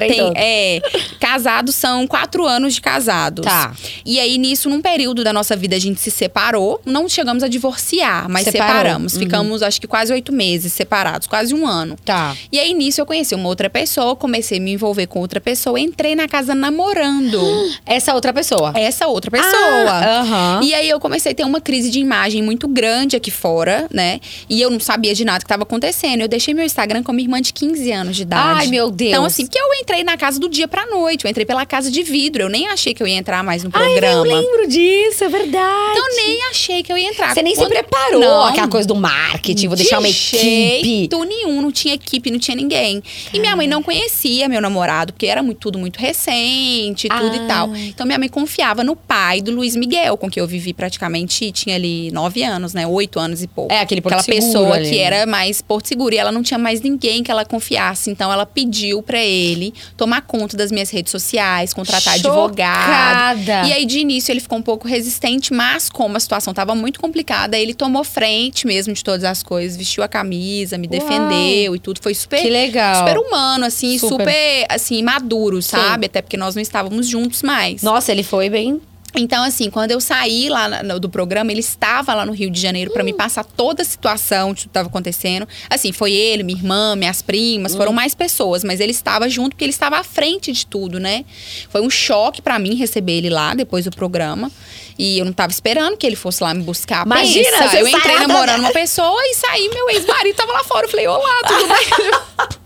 casados são 4 anos de casados. Tá. E aí, nisso, num período da nossa vida, a gente se separou. Não chegamos a divorciar, mas separamos. Ficamos, acho que quase 8 meses separados, quase 1 ano. Tá. E aí, nisso, eu conheci uma outra pessoa, comecei a me envolver com outra pessoa, entrei na casa namorando. Essa outra pessoa? Essa outra pessoa. E aí, eu comecei a ter uma crise de imagem muito grande aqui fora, né? E eu não sabia de nada que estava acontecendo. Eu deixei meu Instagram com minha irmã de 15 anos de idade. Ai, meu Deus. Então, assim, porque eu entrei na casa do dia pra noite. Eu entrei pela casa de vidro. Eu nem achei que eu ia entrar mais no programa. Ai, eu lembro disso, é verdade. Então, nem achei que eu ia entrar. Você nem se preparou. Não, aquela coisa do marketing, vou deixar uma equipe. De jeito nenhum. Não tinha equipe, não tinha ninguém. E minha mãe não conhecia meu namorado, porque era tudo muito recente, tudo e tal. Então, minha mãe confiava no pai do Luiz Miguel, com quem eu vivi praticamente, tinha ali 9 anos, né? 8 anos e pouco. É, aquele Porto Aquela Seguro pessoa ali. Que era mais Porto Seguro. E ela não tinha mais ninguém que ela confiasse. Então, ela pediu pra ele tomar conta das minhas redes sociais, contratar advogado. E aí, de início, ele ficou um pouco resistente. Mas, como a situação tava muito complicada, ele tomou frente mesmo de todas as coisas. Vestiu a camisa, me defendeu e tudo. Foi super... Que legal. Super humano, assim. Super assim, maduro, sabe? Até porque nós não estávamos juntos mais. Nossa, ele foi bem... Então, assim, quando eu saí lá do programa, ele estava lá no Rio de Janeiro pra me passar toda a situação de tudo que estava acontecendo. Assim, foi ele, minha irmã, minhas primas, foram mais pessoas. Mas ele estava junto porque ele estava à frente de tudo, né? Foi um choque pra mim receber ele lá, depois do programa. E eu não tava esperando que ele fosse lá me buscar. Imagina, eu entrei namorando uma pessoa e saí, meu ex-marido tava lá fora. Eu falei, olá, tudo bem?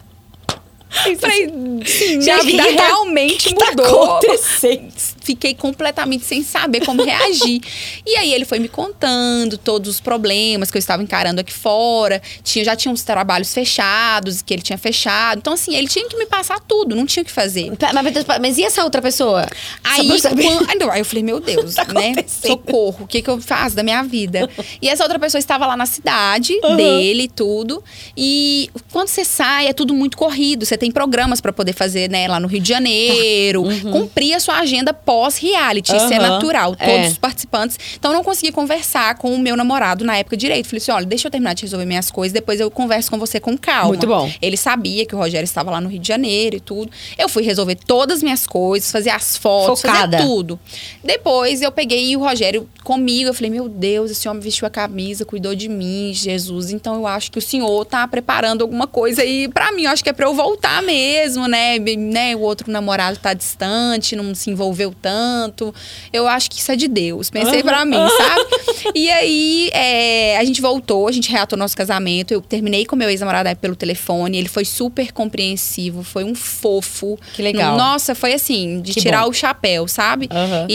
Falei, sim, minha vida realmente mudou. Tá acontecendo? Fiquei completamente sem saber como reagir. E aí ele foi me contando todos os problemas que eu estava encarando aqui fora. Já tinha uns trabalhos fechados, que ele tinha fechado. Então, assim, ele tinha que me passar tudo, não tinha o que fazer. Mas e essa outra pessoa? Aí eu falei, meu Deus, né? Socorro, o que eu faço da minha vida? E essa outra pessoa estava lá na cidade dele e tudo. E quando você sai, é tudo muito corrido. Você tem programas para poder fazer, né, lá no Rio de Janeiro. Cumprir a sua agenda pós-reality. Isso é natural, todos os participantes. Então, eu não consegui conversar com o meu namorado na época direito. Falei assim, olha, deixa eu terminar de resolver minhas coisas, depois eu converso com você com calma. Muito bom. Ele sabia que o Rogério estava lá no Rio de Janeiro e tudo. Eu fui resolver todas as minhas coisas, fazer as fotos, fazer tudo. Depois, eu peguei o Rogério comigo. Eu falei, meu Deus, esse homem vestiu a camisa, cuidou de mim, Jesus. Então, eu acho que o senhor tá preparando alguma coisa aí pra mim. Eu acho que é pra eu voltar mesmo, né? O outro namorado tá distante, não se envolveu tanto. Eu acho que isso é de Deus. Pensei pra mim, sabe? E aí, a gente voltou, a gente reatou nosso casamento. Eu terminei com meu ex-namorado pelo telefone. Ele foi super compreensivo, foi um fofo. Que legal. Nossa, foi assim, de tirar o chapéu, sabe?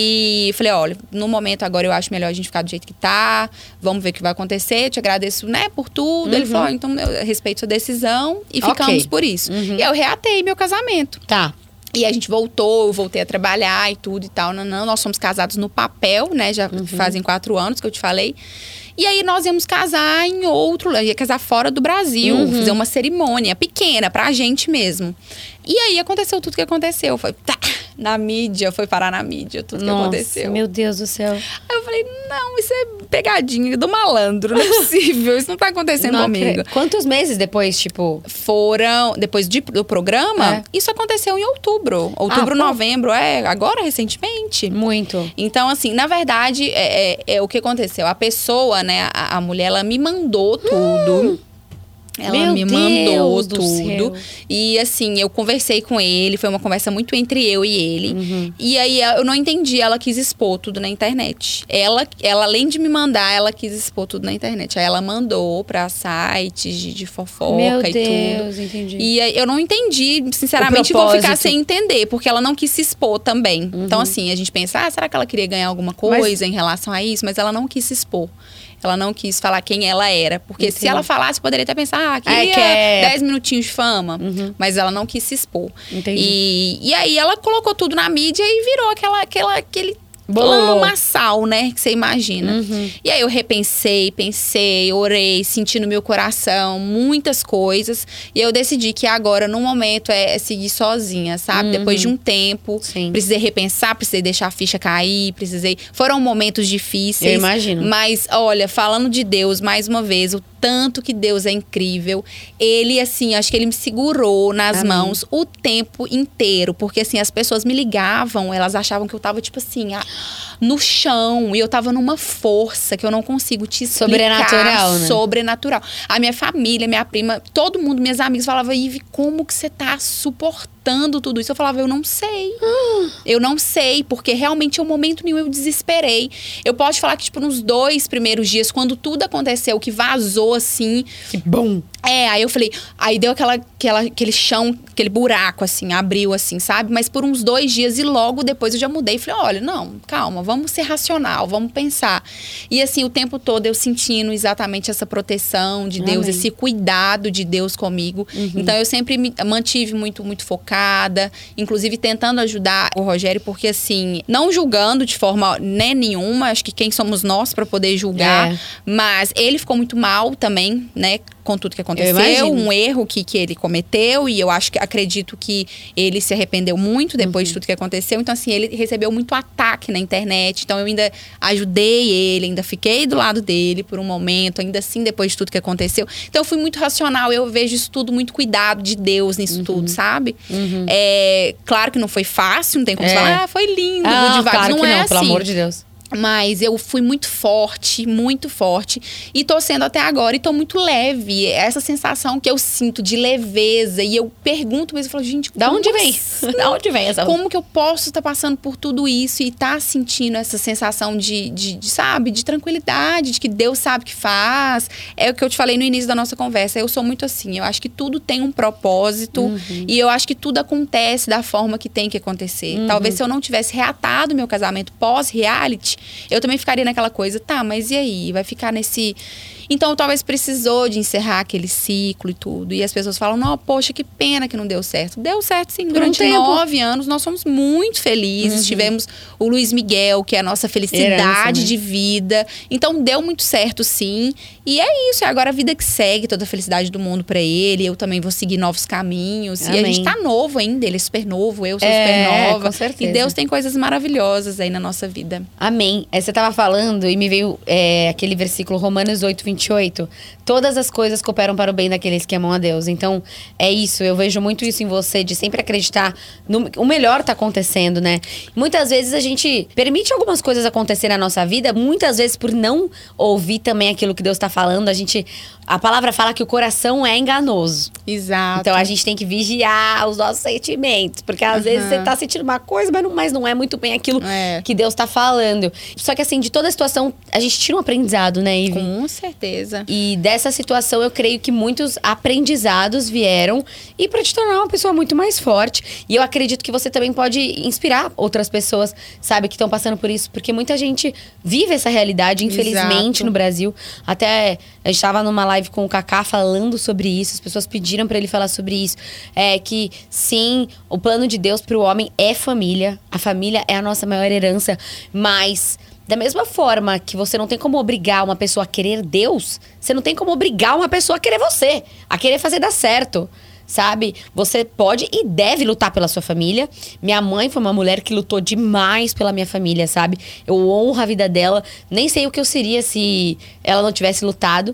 E falei, olha, no momento agora eu acho melhor a gente ficar do jeito que tá. Vamos ver o que vai acontecer. Eu te agradeço, né, por tudo. Ele falou, então eu respeito sua decisão. E ficamos por isso. E eu reatei meu casamento. Tá. E a gente voltou, eu voltei a trabalhar e tudo e tal. Não, nós somos casados no papel, né? Já fazem 4 anos que eu te falei. E aí nós íamos casar em outro, ia casar fora do Brasil, fazer uma cerimônia pequena pra gente mesmo. E aí aconteceu tudo que aconteceu. Foi na mídia, foi parar na mídia, tudo que aconteceu. Meu Deus do céu. Aí eu falei, não, isso é pegadinha do malandro, não é possível, isso não tá acontecendo comigo. Quantos meses depois, tipo? Foram, depois do programa, isso aconteceu em outubro. Novembro, agora recentemente. Muito. Então, assim, na verdade, é o que aconteceu. A pessoa, né, a mulher, ela me mandou tudo. Ela me mandou tudo. E assim, eu conversei com ele, foi uma conversa muito entre eu e ele. E aí eu não entendi, ela quis expor tudo na internet. Ela além de me mandar, ela quis expor tudo na internet. Aí ela mandou pra sites de fofoca e tudo. Entendi. E aí eu não entendi, sinceramente, vou ficar sem entender, porque ela não quis se expor também. Então assim, a gente pensa, será que ela queria ganhar alguma coisa em relação a isso? Mas ela não quis se expor. Ela não quis falar quem ela era. Porque se ela falasse, poderia até pensar, queria 10 minutinhos de fama. Mas ela não quis se expor. Entendi. E aí ela colocou tudo na mídia e virou aquele lamaçal, né? Que você imagina. E aí eu repensei, pensei, orei, senti no meu coração muitas coisas. E eu decidi que agora, no momento, é seguir sozinha, sabe? Depois de um tempo, precisei repensar, precisei deixar a ficha cair, Foram momentos difíceis. Eu imagino. Mas, olha, falando de Deus, mais uma vez, o tanto que Deus é incrível. Ele, assim, acho que ele me segurou nas mãos o tempo inteiro. Porque, assim, as pessoas me ligavam, elas achavam que eu tava, tipo assim, no chão. E eu tava numa força que eu não consigo te explicar. Sobrenatural, né? Sobrenatural. A minha família, minha prima, todo mundo, minhas amigas falavam, Ive, como que você tá suportando tudo isso? Eu falava, eu não sei. Eu não sei, porque realmente em um momento nenhum eu desesperei. Eu posso te falar que, tipo, nos 2 primeiros dias, quando tudo aconteceu, que vazou, assim... Que bom! Aí eu falei... Aí deu aquele chão, aquele buraco, assim, abriu, assim, sabe? Mas por uns 2 dias e logo depois eu já mudei. E falei, olha, não, calma, vamos ser racional, vamos pensar. E assim, o tempo todo eu sentindo exatamente essa proteção de Deus, esse cuidado de Deus comigo. Então eu sempre me mantive muito, muito focada. Inclusive tentando ajudar o Rogério, porque assim... Não julgando de forma nenhuma, acho que quem somos nós para poder julgar. Mas ele ficou muito mal também, né? Com tudo que aconteceu, um erro que ele cometeu, e eu acredito que ele se arrependeu muito depois de tudo que aconteceu. Então, assim, ele recebeu muito ataque na internet. Então, eu ainda ajudei ele, ainda fiquei do lado dele por um momento, ainda assim, depois de tudo que aconteceu. Então, eu fui muito racional. Eu vejo isso tudo, muito cuidado de Deus nisso tudo, sabe? Claro que não foi fácil, não tem como falar, foi lindo, claro não é não, assim. Pelo amor de Deus. Mas eu fui muito forte. E tô sendo até agora. E tô muito leve. Essa sensação que eu sinto de leveza. E eu pergunto mesmo, eu falo, gente, da onde vem? Da onde vem essa... Como que eu posso estar passando por tudo isso e tá sentindo essa sensação de sabe, de tranquilidade, de que Deus sabe o que faz. É o que eu te falei no início da nossa conversa. Eu sou muito assim. Eu acho que tudo tem um propósito. E eu acho que tudo acontece da forma que tem que acontecer. Talvez se eu não tivesse reatado meu casamento pós-reality, eu também ficaria naquela coisa, tá, mas e aí? Vai ficar nesse... Então, talvez precisou de encerrar aquele ciclo e tudo. E as pessoas falam, não, poxa, que pena que não deu certo. Deu certo, sim. Durante 9 anos, nós fomos muito felizes. Tivemos o Luiz Miguel, que é a nossa felicidade de vida. Então, deu muito certo, sim. E é isso. É agora a vida que segue, toda a felicidade do mundo pra ele. Eu também vou seguir novos caminhos. Amém. E a gente tá novo ainda. Ele é super novo, eu sou super nova. Com certeza. E Deus tem coisas maravilhosas aí na nossa vida. Amém. Você tava falando e me veio aquele versículo Romanos 8:28. Todas as coisas cooperam para o bem daqueles que amam a Deus. Então, é isso. Eu vejo muito isso em você, de sempre acreditar o melhor tá acontecendo, né? Muitas vezes a gente permite algumas coisas acontecer na nossa vida, muitas vezes por não ouvir também aquilo que Deus tá falando. A palavra fala que o coração é enganoso. Exato. Então, a gente tem que vigiar os nossos sentimentos. Porque às vezes você tá sentindo uma coisa, mas não é muito bem aquilo que Deus tá falando. Só que assim, de toda a situação, a gente tira um aprendizado, né, Ive? Com certeza. E dessa situação, eu creio que muitos aprendizados vieram e para te tornar uma pessoa muito mais forte. E eu acredito que você também pode inspirar outras pessoas, sabe, que estão passando por isso. Porque muita gente vive essa realidade, infelizmente, no Brasil. Até a gente tava numa live com o Kaká falando sobre isso. As pessoas pediram para ele falar sobre isso. Que sim, o plano de Deus pro homem é família. A família é a nossa maior herança. Mas da mesma forma que você não tem como obrigar uma pessoa a querer Deus, você não tem como obrigar uma pessoa a querer você, a querer fazer dar certo, sabe? Você pode e deve lutar pela sua família. Minha mãe foi uma mulher que lutou demais pela minha família, sabe? Eu honro a vida dela. Nem sei o que eu seria se ela não tivesse lutado.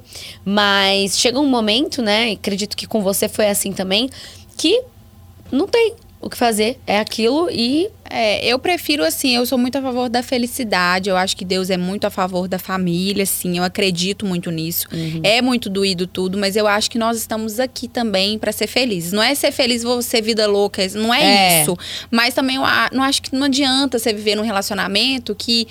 Mas chega um momento, né? Acredito que com você foi assim também, que não tem o que fazer. É aquilo e Eu prefiro assim, eu sou muito a favor da felicidade, eu acho que Deus é muito a favor da família, sim, eu acredito muito nisso. É muito doído tudo, mas eu acho que nós estamos aqui também para ser felizes. Não é ser feliz você vida louca, não é isso. Mas também eu não acho que não adianta você viver num relacionamento que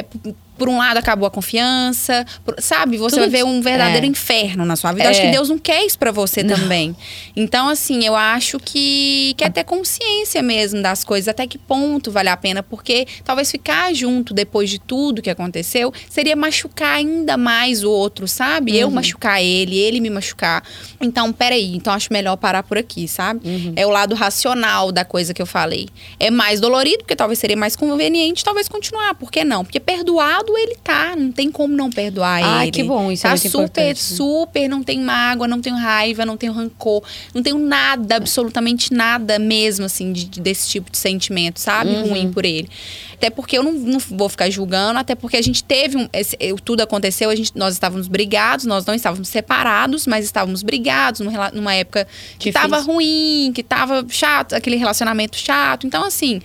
por um lado acabou a confiança, sabe? Você vai ver um verdadeiro inferno na sua vida. Eu acho que Deus não quer isso pra você também. Então, assim, eu acho que quer ter consciência mesmo das coisas, até que ponto vale a pena, porque talvez ficar junto depois de tudo que aconteceu seria machucar ainda mais o outro, sabe? Eu machucar ele me machucar. Então, peraí, então acho melhor parar por aqui, sabe? É o lado racional da coisa que eu falei. É mais dolorido, porque talvez seria mais conveniente, talvez continuar. Por que não? Porque perdoado ele tá, não tem como não perdoar ele. Ai, que bom, isso é muito importante. Super, não tenho mágoa, não tenho raiva, não tenho rancor, não tenho nada, absolutamente nada mesmo, assim, desse tipo de sentimento, sabe? Ruim por ele. Até porque eu não vou ficar julgando, até porque a gente teve tudo aconteceu, nós estávamos brigados, nós não estávamos separados, mas estávamos brigados numa época que tava ruim, que tava chato, aquele relacionamento chato. Então, assim,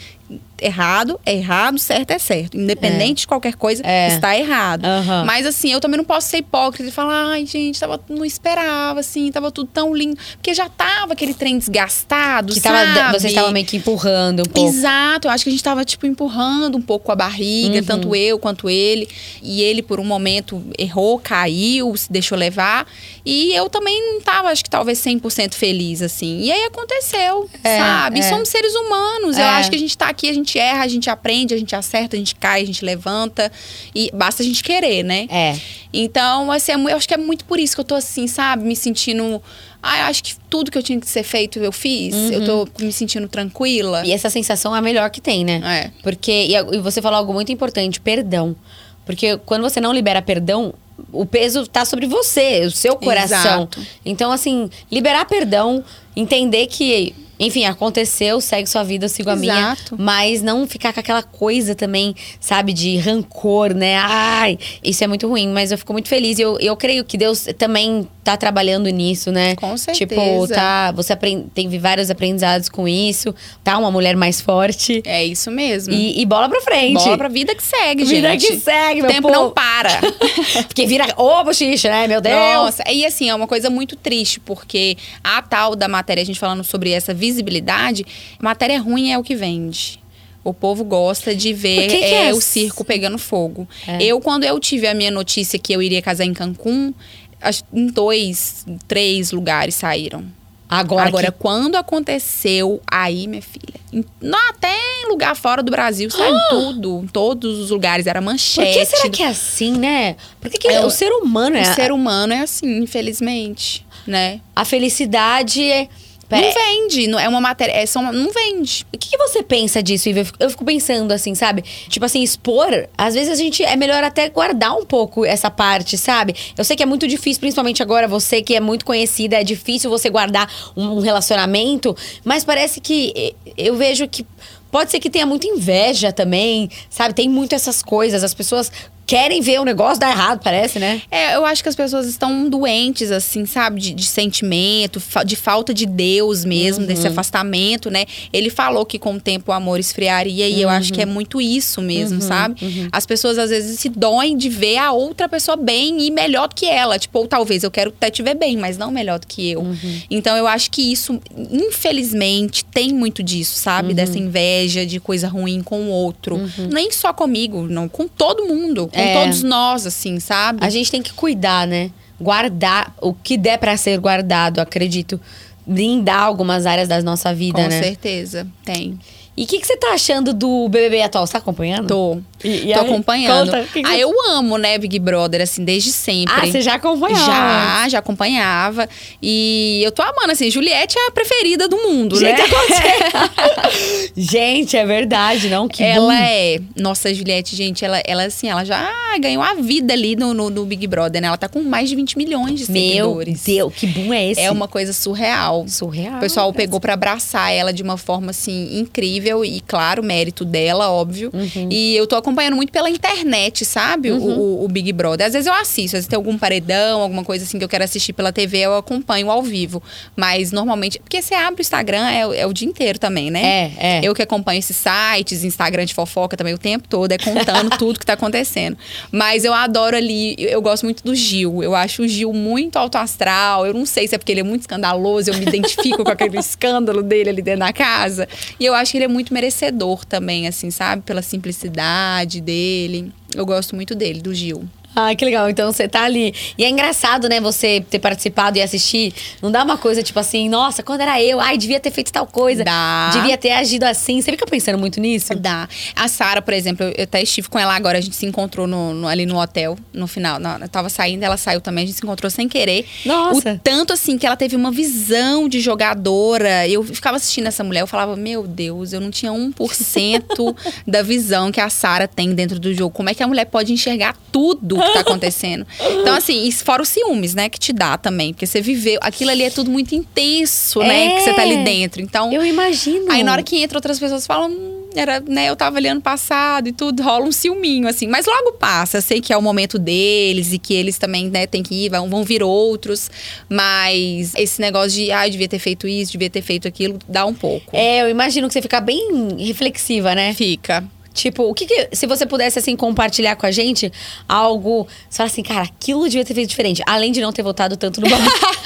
errado é errado, certo é certo. Independente de qualquer coisa, está errado. Mas assim, eu também não posso ser hipócrita e falar, ai, gente, não esperava, assim, tava tudo tão lindo. Porque já tava aquele trem desgastado, sabe? Vocês estavam meio que empurrando um pouco. Exato, eu acho que a gente tava, tipo, empurrando um pouco a barriga, tanto eu quanto ele. E ele, por um momento, errou, caiu, se deixou levar. E eu também não tava, acho que talvez 100% feliz, assim. E aí aconteceu, sabe? E somos seres humanos. Eu acho que a gente tá aqui, a gente erra, a gente aprende, a gente acerta, a gente cai, a gente levanta. E basta a gente querer, né? Então, assim, eu acho que é muito por isso que eu tô assim, sabe? Me sentindo... eu acho que tudo que eu tinha que ser feito, eu fiz. Eu tô me sentindo tranquila. E essa sensação é a melhor que tem, né? Porque, e você falou algo muito importante, perdão. Porque quando você não libera perdão, o peso tá sobre você, o seu coração. Exato. Então, assim, liberar perdão, entender que... enfim, aconteceu, segue sua vida, eu sigo a minha. Mas não ficar com aquela coisa também, sabe, de rancor, né? Ai, isso é muito ruim, mas eu fico muito feliz. Eu creio que Deus também tá trabalhando nisso, né? Com certeza. Tipo, você tem vários aprendizados com isso. Tá uma mulher mais forte. É isso mesmo. E bola pra frente. Bola pra vida que segue, gente. Vida que segue, meu tempo não para. Porque vira bochicha, né? Meu Deus. Nossa, e assim, é uma coisa muito triste, porque a tal da matéria, a gente falando sobre essa visibilidade, matéria ruim é o que vende. O povo gosta de ver o circo pegando fogo. Quando eu tive a minha notícia que eu iria casar em Cancún, em 2, 3 lugares saíram. Agora, quando aconteceu, aí, minha filha, até em lugar fora do Brasil, saiu tudo. Em todos os lugares, era manchete. Por que será que é assim, né? Por que o ser humano O ser humano é assim, infelizmente, né? A felicidade não vende, não é uma matéria, não vende. O que você pensa disso, Ivy? Eu fico pensando assim, sabe? Tipo assim, expor, às vezes a gente é melhor até guardar um pouco essa parte, sabe? Eu sei que é muito difícil, principalmente agora, você que é muito conhecida, é difícil você guardar um relacionamento, mas parece que eu vejo que pode ser que tenha muita inveja também, sabe? Tem muito essas coisas, as pessoas querem ver o negócio dar errado, parece, né? Eu acho que as pessoas estão doentes, assim, sabe? De sentimento, de falta de Deus mesmo, desse afastamento, né? Ele falou que com o tempo o amor esfriaria e eu acho que é muito isso mesmo, sabe? As pessoas às vezes se doem de ver a outra pessoa bem e melhor do que ela. Tipo, ou talvez eu quero até te ver bem, mas não melhor do que eu. Então eu acho que isso, infelizmente, tem muito disso, sabe? Dessa inveja de coisa ruim com o outro. Nem só comigo, não, com todo mundo. Com todos nós, assim, sabe? A gente tem que cuidar, né? Guardar o que der pra ser guardado, acredito. Blindar algumas áreas da nossa vida, né? Com certeza, tem. E o que você tá achando do BBB atual? Você tá acompanhando? Tô acompanhando. Conta, eu amo, né, Big Brother, assim, desde sempre. Você já acompanhava? Já acompanhava. E eu tô amando, assim, Juliette é a preferida do mundo, gente, né? Gente, é verdade, não? Que ela bom. Nossa, Juliette, gente, ela assim, ela já ganhou a vida ali no Big Brother, né? Ela tá com mais de 20 milhões de seguidores. Meu Deus, que boom é esse? É uma coisa surreal. O pessoal pegou pra abraçar ela de uma forma, assim, incrível. E, claro, mérito dela, óbvio. E eu tô acompanhando muito pela internet, sabe? O Big Brother. Às vezes eu assisto. Às vezes tem algum paredão, alguma coisa assim que eu quero assistir pela TV, eu acompanho ao vivo. Mas, normalmente... Porque você abre o Instagram, é o dia inteiro também, né? Eu que acompanho esses sites, Instagram de fofoca também o tempo todo, contando tudo que tá acontecendo. Mas eu adoro ali, eu gosto muito do Gil. Eu acho o Gil muito alto astral. Eu não sei se é porque ele é muito escandaloso, eu me identifico com aquele escândalo dele ali dentro da casa. E eu acho que ele é muito merecedor também, assim, sabe? Pela simplicidade dele. Eu gosto muito dele, do Gil. Ah, que legal. Então você tá ali. E é engraçado, né, você ter participado e assistir. Não dá uma coisa tipo assim, nossa, quando era eu, devia ter feito tal coisa. Dá. Devia ter agido assim. Você fica pensando muito nisso? Dá. A Sara, por exemplo, eu até estive com ela agora, a gente se encontrou ali no hotel, no final. Eu tava saindo, ela saiu também, a gente se encontrou sem querer. Nossa. O tanto assim que ela teve uma visão de jogadora. Eu ficava assistindo essa mulher, eu falava, meu Deus, eu não tinha 1% da visão que a Sara tem dentro do jogo. Como é que a mulher pode enxergar tudo que tá acontecendo? Então, assim, isso fora os ciúmes, né, que te dá também. Porque você viveu, aquilo ali é tudo muito intenso, né, que você tá ali dentro. Então, eu imagino. Aí na hora que entra outras pessoas falam, era, né, eu tava ali ano passado e tudo, rola um ciúminho, assim. Mas logo passa, eu sei que é o momento deles e que eles também, né, tem que ir, vão vir outros. Mas esse negócio de, devia ter feito isso, devia ter feito aquilo, dá um pouco. Eu imagino que você fica bem reflexiva, né? Fica. Tipo, se você pudesse, assim, compartilhar com a gente algo... Você fala assim, cara, aquilo devia ter feito diferente. Além de não ter votado tanto no Babu.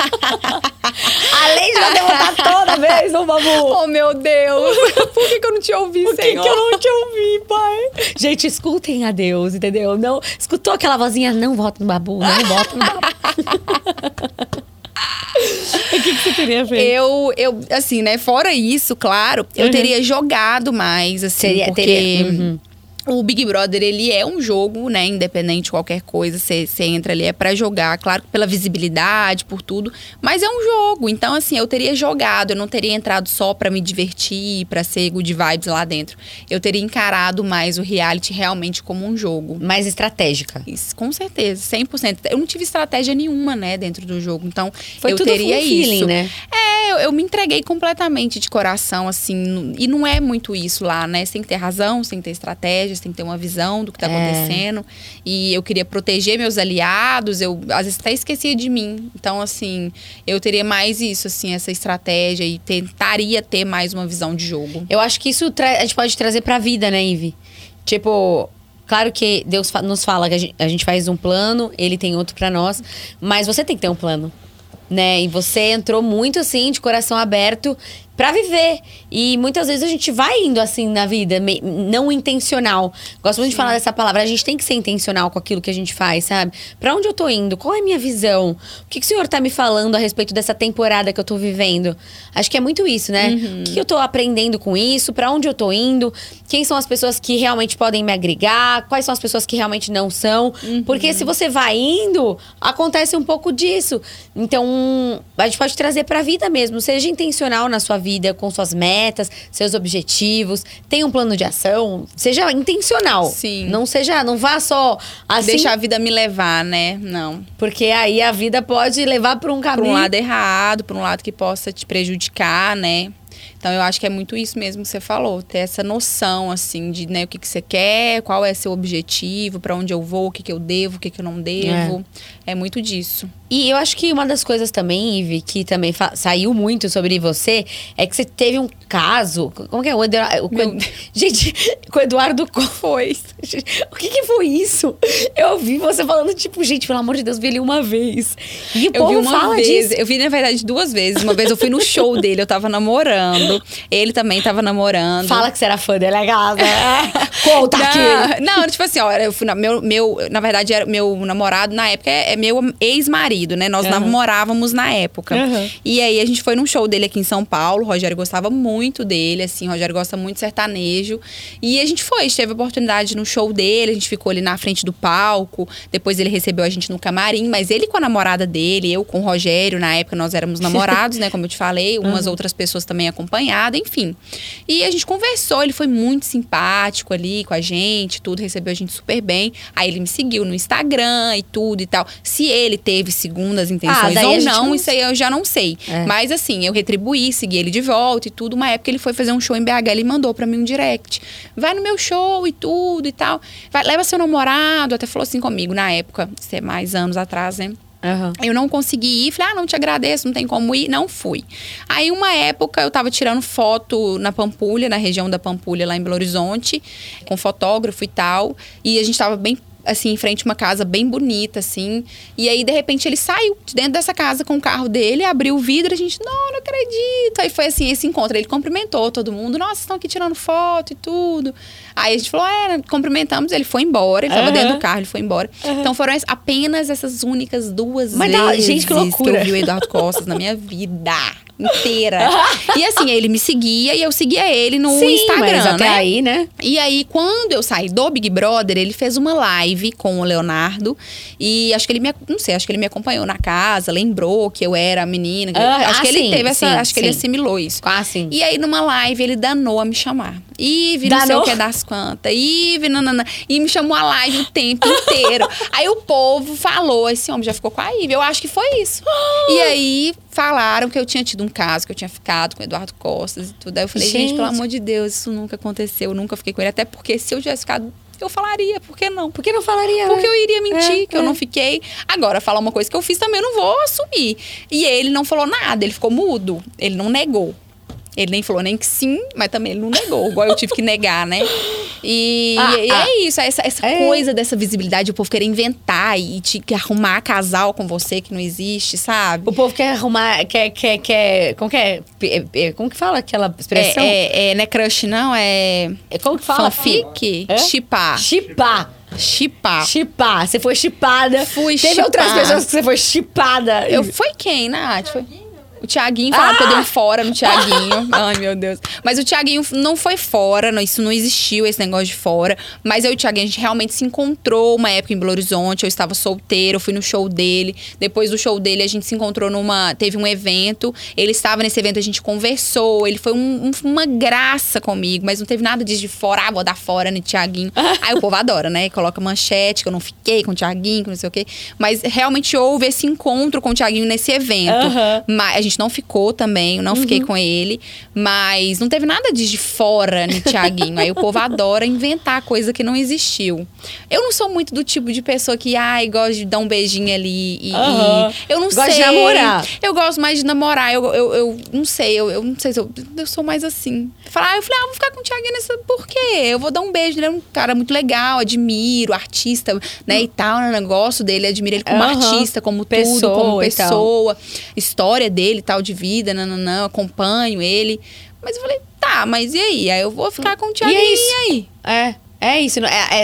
Além de não ter votado toda vez no Babu. Oh, meu Deus. Por que eu não te ouvi, Por que Senhor? que eu não te ouvi, pai? Gente, escutem a Deus, entendeu? Não, escutou aquela vozinha, não vota no Babu, não vota no Babu. O que você teria feito? Eu, assim, né, fora isso, claro, eu teria jogado mais, assim, porque... O Big Brother, ele é um jogo, né? Independente de qualquer coisa, você entra ali, é pra jogar. Claro que pela visibilidade, por tudo. Mas é um jogo. Então, assim, eu teria jogado. Eu não teria entrado só pra me divertir, pra ser good vibes lá dentro. Eu teria encarado mais o reality realmente como um jogo. Mais estratégica. Isso, com certeza, 100%. Eu não tive estratégia nenhuma, né, dentro do jogo. Então, eu tudo teria feeling, isso. Né? Eu me entreguei completamente de coração, assim. E não é muito isso lá, né? Você tem que ter razão, você tem que ter estratégia, você tem que ter uma visão do que tá acontecendo. E eu queria proteger meus aliados, eu às vezes até esquecia de mim. Então, assim, eu teria mais isso, assim, essa estratégia e tentaria ter mais uma visão de jogo. Eu acho que isso a gente pode trazer pra vida, né, Ivy? Tipo, claro que Deus nos fala que a gente faz um plano, Ele tem outro pra nós, mas você tem que ter um plano, né? E você entrou muito, assim, de coração aberto pra viver. E muitas vezes a gente vai indo assim na vida, não intencional. Gosto muito de falar dessa palavra. A gente tem que ser intencional com aquilo que a gente faz, sabe? Pra onde eu tô indo? Qual é a minha visão? O que o senhor tá me falando a respeito dessa temporada que eu tô vivendo? Acho que é muito isso, né? O que eu tô aprendendo com isso? Pra onde eu tô indo? Quem são as pessoas que realmente podem me agregar? Quais são as pessoas que realmente não são? Porque se você vai indo, acontece um pouco disso. Então, a gente pode trazer pra vida mesmo. Seja intencional na sua vida, com suas metas, seus objetivos. Tenha um plano de ação. Seja intencional. Sim. Não vá só assim. Deixa a vida me levar, né? Não. Porque aí a vida pode levar para um caminho. Para um lado errado, para um lado que possa te prejudicar, né? Então, eu acho que é muito isso mesmo que você falou. Ter essa noção, assim, de né, o que você quer, qual é seu objetivo, para onde eu vou, o que eu devo, o que eu não devo. É muito disso. E eu acho que uma das coisas também, Ivy, que também saiu muito sobre você, é que você teve um caso... Como que é? Gente, com o Eduardo foi. O que foi isso? Eu ouvi você falando, tipo, gente, pelo amor de Deus, vi ele uma vez. E o povo fala disso. Eu vi, na verdade, 2 vezes. Uma vez eu fui no show dele, eu tava namorando. Ele também tava namorando. Fala que você era fã dele, né? Conta aqui! Não, tipo assim, ó, eu fui na verdade, era meu namorado, na época, é meu ex-marido, né? Nós namorávamos na época. E aí, a gente foi num show dele aqui em São Paulo. O Rogério gostava muito dele, assim. O Rogério gosta muito de sertanejo. E a gente teve a oportunidade no show dele. A gente ficou ali na frente do palco. Depois ele recebeu a gente no camarim. Mas ele com a namorada dele, eu com o Rogério. Na época, nós éramos namorados, né? Como eu te falei. Umas outras pessoas também acompanhadas, enfim. E a gente conversou. Ele foi muito simpático ali com a gente, tudo. Recebeu a gente super bem. Aí ele me seguiu no Instagram e tudo e tal. Se ele teve segundas intenções ou não, isso aí eu já não sei. Mas assim, eu retribuí, segui ele de volta e tudo. Uma época ele foi fazer um show em BH, ele mandou pra mim um direct. Vai no meu show e tudo e tal. Leva seu namorado, até falou assim comigo na época, isso é mais anos atrás, né? Eu não consegui ir, falei, não te agradeço, não tem como ir, não fui. Aí uma época eu tava tirando foto na Pampulha, na região da Pampulha, lá em Belo Horizonte, com fotógrafo e tal, e a gente tava bem assim, em frente a uma casa bem bonita, assim. E aí, de repente, ele saiu de dentro dessa casa com o carro dele, abriu o vidro, a gente, não acredito. Aí foi assim, esse encontro. Ele cumprimentou todo mundo, nossa, estão aqui tirando foto e tudo. Aí a gente falou, cumprimentamos, ele foi embora, ele tava dentro do carro, ele foi embora. Então foram apenas essas únicas 2 vezes gente, que loucura. que eu vi o Eduardo Costas na minha vida inteira. E assim, ele me seguia e eu seguia ele no Instagram, mas até aí, né? E aí, quando eu saí do Big Brother, ele fez uma live com o Leonardo. E acho que ele acho que ele me acompanhou na casa, lembrou que eu era a menina. Acho que ele teve essa, acho que ele assimilou isso. Sim. E aí, numa live, ele danou a me chamar. Ive, não sei o que das quantas. Ive, nanana. E me chamou a live o tempo inteiro. Aí o povo falou, esse homem já ficou com a Ive. Eu acho que foi isso. E aí, falaram que eu tinha tido um caso, que eu tinha ficado com o Eduardo Costas e tudo. Aí eu falei, gente, pelo amor de Deus, isso nunca aconteceu. Eu nunca fiquei com ele. Até porque se eu tivesse ficado, eu falaria. Por que não? Por que não falaria? Porque eu iria mentir, que eu não fiquei. Agora, falar uma coisa que eu fiz também, eu não vou assumir. E ele não falou nada, ele ficou mudo. Ele não negou. Ele nem falou nem que sim, mas também ele não negou. Igual eu tive que negar, né? E é isso, essa coisa dessa visibilidade, o povo querer inventar e que arrumar casal com você que não existe, sabe? O povo quer arrumar, como que é? Como que fala aquela expressão? Não é crush, não, como que fala? Fanfic? Chipar. Chipar. Você foi chipada. Fui Teve chipar. outras pessoas que você foi chipada. Foi quem, Nath? Foi... O Thiaguinho falava que eu dei um fora no Thiaguinho. Ai, meu Deus. Mas o Thiaguinho não foi fora, isso não existiu, esse negócio de fora. Mas eu e o Thiaguinho, a gente realmente se encontrou uma época em Belo Horizonte. Eu estava solteira, eu fui no show dele. Depois do show dele, a gente se encontrou teve um evento. Ele estava nesse evento, a gente conversou. Ele foi uma graça comigo, mas não teve nada disso de fora. Vou dar fora no Thiaguinho. Aí o povo adora, né? Coloca manchete, que eu não fiquei com o Thiaguinho, que não sei o quê. Mas realmente houve esse encontro com o Thiaguinho nesse evento. Mas a gente não ficou também, eu não fiquei com ele. Mas não teve nada de fora no Thiaguinho. Aí o povo adora inventar coisa que não existiu. Eu não sou muito do tipo de pessoa que, gosta de dar um beijinho ali eu não sei. Gosta de namorar. Eu gosto mais de namorar. Eu não sei, eu não sei se eu sou mais assim. Eu falei, vou ficar com o Thiaguinho por quê? Eu vou dar um beijo, ele é um cara muito legal, admiro, artista, né, e tal, o negócio dele, admiro ele como artista, como tudo, como pessoa, história dele e tal, de vida, acompanho ele. Mas eu falei, mas e aí? Aí eu vou ficar com o Thiaguinho, e aí? É isso,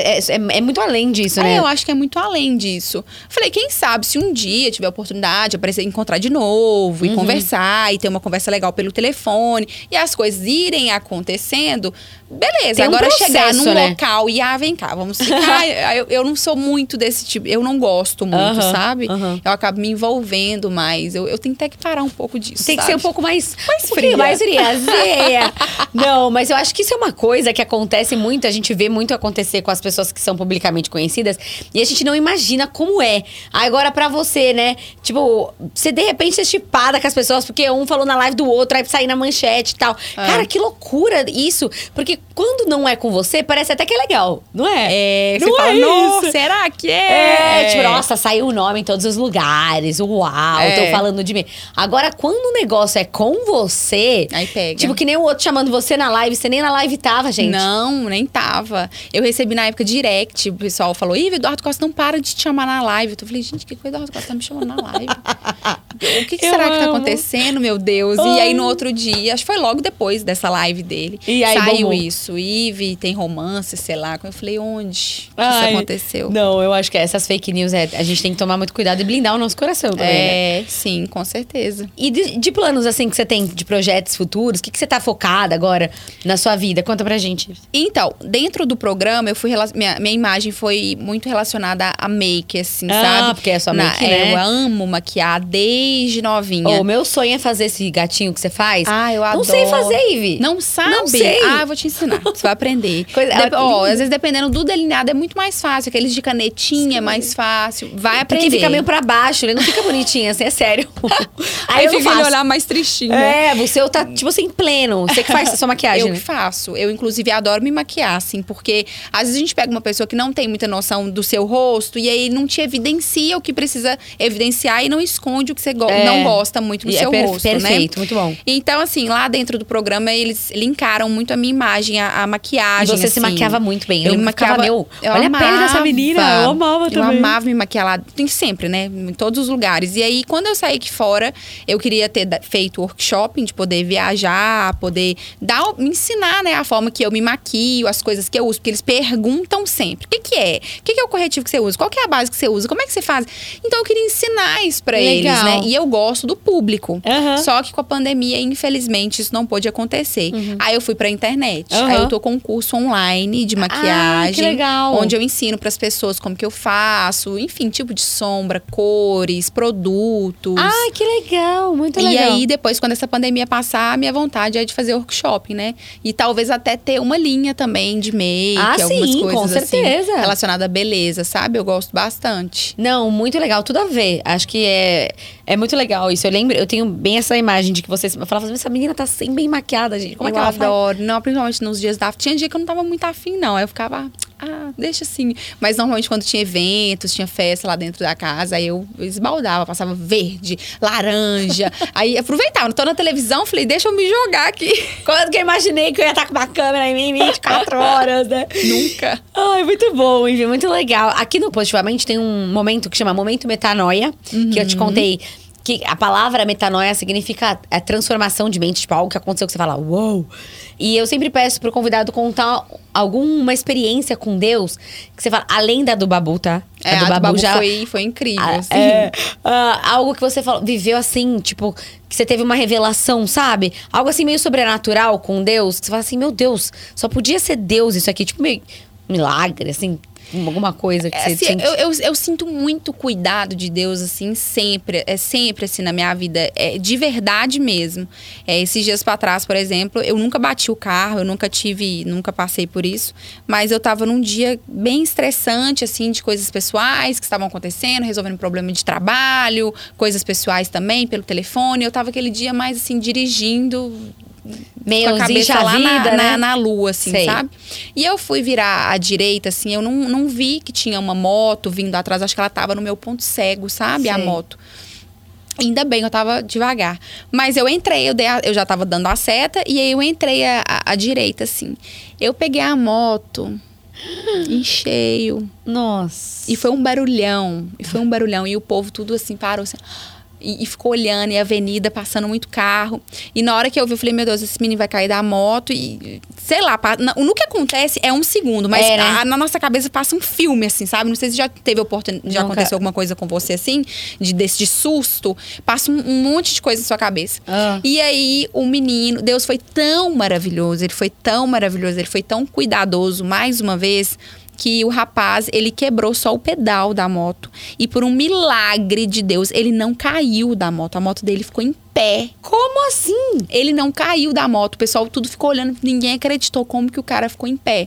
é muito além disso, né? Eu acho que é muito além disso. Falei, quem sabe se um dia tiver a oportunidade de aparecer, encontrar de novo e conversar, e ter uma conversa legal pelo telefone, e as coisas irem acontecendo, beleza. Tem agora processo, chegar num né? local e vem cá, vamos ficar. eu não sou muito desse tipo, eu não gosto muito, sabe? Eu acabo me envolvendo mais. Eu tenho até que parar um pouco disso. Tem que ser um pouco mais fria. Mais friazinha. Não, mas eu acho que isso é uma coisa que acontece muito, a gente vê muito acontecer com as pessoas que são publicamente conhecidas e a gente não imagina como é. Agora, pra você, né? Tipo, você de repente é chipada com as pessoas porque um falou na live do outro, aí sair na manchete e tal. Cara, que loucura isso. Porque quando não é com você, parece até que é legal, não é? Você fala, nossa, será que é? Tipo, nossa, saiu o nome em todos os lugares. Uau, tô falando de mim. Agora, quando o negócio é com você, aí pega. Tipo, que nem o outro chamando você na live, você nem na live tava, gente. Não, nem tava. Eu recebi na época direct, o pessoal falou, Eduardo Costa não para de te chamar na live. Eu falei, gente, que coisa, Eduardo Costa tá me chamando na live. O que será que tá acontecendo, meu Deus? E aí, no outro dia, acho que foi logo depois dessa live dele, e aí, saiu isso. Ive, tem romance, sei lá. Eu falei, onde que isso aconteceu? Não, eu acho que essas fake news, a gente tem que tomar muito cuidado e blindar o nosso coração também, né? Sim, com certeza. E de planos, assim, que você tem de projetos futuros, o que você tá focada agora na sua vida? Conta pra gente. Então, dentro do programa, minha imagem foi muito relacionada a make, assim, sabe? Porque é sua make, né? Eu amo maquiar desde novinha. O meu sonho é fazer esse gatinho que você faz. Eu adoro. Não sei fazer, Ive. Não sabe? Não sei. Eu vou te ensinar. Você vai aprender. Às vezes, dependendo do delineado, é muito mais fácil. Aqueles de canetinha é mais fácil. Vai aprender. Porque fica meio pra baixo, ele não fica bonitinho, assim, é sério. Aí eu fico ele olhar mais tristinho. Você tá, tipo assim, pleno. Você que faz a sua maquiagem, Eu que faço. Eu, inclusive, adoro me maquiar, assim, porque Porque às vezes a gente pega uma pessoa que não tem muita noção do seu rosto e aí não te evidencia o que precisa evidenciar e não esconde o que você não gosta muito do seu rosto, perfeito, né? muito bom. Então, assim, lá dentro do programa, eles linkaram muito a minha imagem, a maquiagem. E você assim. se maquiava muito bem. Eu me maquiava, olha a pele dessa menina, eu amava também. Eu amava me maquiar lá, tem sempre, né? Em todos os lugares. E aí, quando eu saí aqui fora, eu queria ter feito workshop, de poder viajar, poder me ensinar, né? A forma que eu me maquio, as coisas que eu uso. Porque eles perguntam sempre, o que é? O que é o corretivo que você usa? Qual que é a base que você usa? Como é que você faz? Então, eu queria ensinar isso pra eles, né? E eu gosto do público. Só que com a pandemia, infelizmente, isso não pôde acontecer. Aí eu fui pra internet. Aí eu tô com um curso online de maquiagem. Que legal. Onde eu ensino pras pessoas como que eu faço. Enfim, tipo de sombra, cores, produtos. Ah, que legal. Muito legal. E aí, depois, quando essa pandemia passar, a minha vontade é de fazer workshop, né? E talvez até ter uma linha também de make, algumas coisas com certeza. assim, relacionada à beleza, sabe? Eu gosto bastante. Não, muito legal. Tudo a ver. Acho que é muito legal isso. Eu tenho bem essa imagem de que você falava assim, essa menina tá sempre bem maquiada, gente. Como é que ela adoro. Não, principalmente nos dias da... Tinha dia que eu não tava muito afim, não. Aí eu ficava... deixa assim. Mas normalmente quando tinha eventos, tinha festa lá dentro da casa, aí eu esbaldava, passava verde, laranja. Aí aproveitava, tô na televisão, falei, deixa eu me jogar aqui. Quando que eu imaginei que eu ia estar com uma câmera em mim 24 horas, né? Nunca. Ai, muito bom, enfim, muito legal. Aqui no Positivamente tem um momento que chama Momento Metanoia, que eu te contei. Que a palavra metanoia significa a transformação de mente, tipo, algo que aconteceu que você fala, uou! E eu sempre peço pro convidado contar alguma experiência com Deus, que você fala, além da do Babu, tá? A do Babu já foi incrível, assim. Algo que você viveu assim, tipo, que você teve uma revelação, sabe? Algo assim meio sobrenatural com Deus, que você fala assim, meu Deus, só podia ser Deus isso aqui, tipo, meio milagre, assim. Alguma coisa que você assim, eu sinto muito cuidado de Deus, assim, sempre. É sempre assim na minha vida. É de verdade mesmo. Esses dias pra trás, por exemplo, eu nunca bati o carro, eu nunca passei por isso. Mas eu tava num dia bem estressante, assim, de coisas pessoais que estavam acontecendo, resolvendo problema de trabalho, coisas pessoais também, pelo telefone. Eu tava aquele dia mais, assim, dirigindo... meio com a cabeça lá vida, né? na lua, assim, sabe? E eu fui virar à direita, assim, eu não vi que tinha uma moto vindo atrás. Acho que ela tava no meu ponto cego, sabe? Sei. A moto. Ainda bem, eu tava devagar. Mas eu entrei, eu já tava dando a seta. E aí eu entrei à direita, assim. Eu peguei a moto em cheio. Nossa. E foi um barulhão. E o povo tudo assim, parou assim... E ficou olhando, e a avenida passando muito carro. E na hora que eu vi, eu falei, meu Deus, esse menino vai cair da moto. E sei lá, no que acontece é um segundo. Mas né? na nossa cabeça passa um filme, assim, sabe? Não sei se já teve oportunidade, já aconteceu alguma coisa com você, assim, de susto. Passa um monte de coisa na sua cabeça. E aí, o menino, Deus foi tão maravilhoso, ele foi tão cuidadoso, mais uma vez... que o rapaz, ele quebrou só o pedal da moto. E por um milagre de Deus, ele não caiu da moto. A moto dele ficou em pé. Como assim? Ele não caiu da moto. O pessoal tudo ficou olhando, ninguém acreditou como que o cara ficou em pé.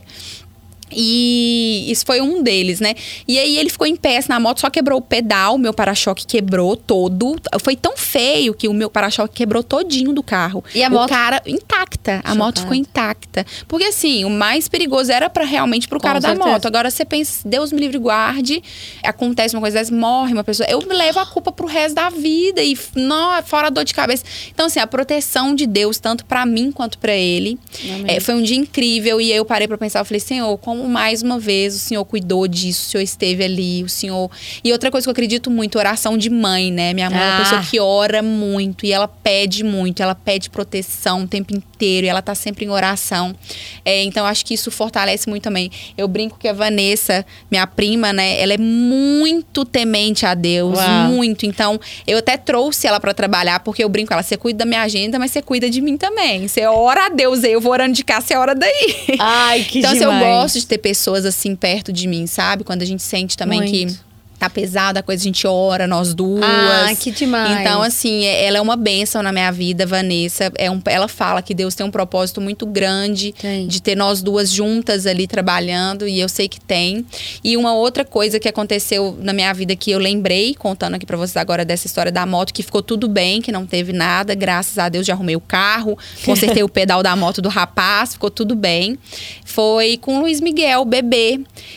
E isso foi um deles, né? E aí ele ficou em pé na moto, só quebrou o pedal, meu para-choque quebrou todo. Foi tão feio que o meu para-choque quebrou todinho do carro. E a moto? O cara intacta, a moto ficou intacta. Porque assim, o mais perigoso era realmente pro cara da moto. Agora você pensa, Deus me livre e guarde, acontece uma coisa dessa, morre uma pessoa. Eu levo a culpa pro resto da vida e fora a dor de cabeça. Então assim, a proteção de Deus, tanto pra mim quanto pra ele, foi um dia incrível. E aí eu parei pra pensar, eu falei, Senhor, como mais uma vez o Senhor cuidou disso, o Senhor esteve ali, o Senhor... E outra coisa que eu acredito muito, oração de mãe, né? Minha mãe é uma pessoa que ora muito e ela pede muito, ela pede proteção o tempo inteiro e ela tá sempre em oração. Então, acho que isso fortalece muito também. Eu brinco que a Vanessa, minha prima, né? Ela é muito temente a Deus, muito. Então, eu até trouxe ela pra trabalhar, porque eu brinco com ela, você cuida da minha agenda, mas você cuida de mim também. Você ora a Deus aí, eu vou orando de cá, você ora daí. Ai, que então, demais. Assim, eu gosto de ter pessoas assim perto de mim, sabe? Quando a gente sente também que tá pesada a coisa, a gente ora, nós duas. Ah, que demais. Então, assim, ela é uma bênção na minha vida, Vanessa. Ela fala que Deus tem um propósito muito grande de ter nós duas juntas ali trabalhando, e eu sei que tem. E uma outra coisa que aconteceu na minha vida que eu lembrei, contando aqui pra vocês agora dessa história da moto, que ficou tudo bem, que não teve nada, graças a Deus já arrumei o carro, consertei o pedal da moto do rapaz, ficou tudo bem. Foi com o Luiz Miguel, o bebê.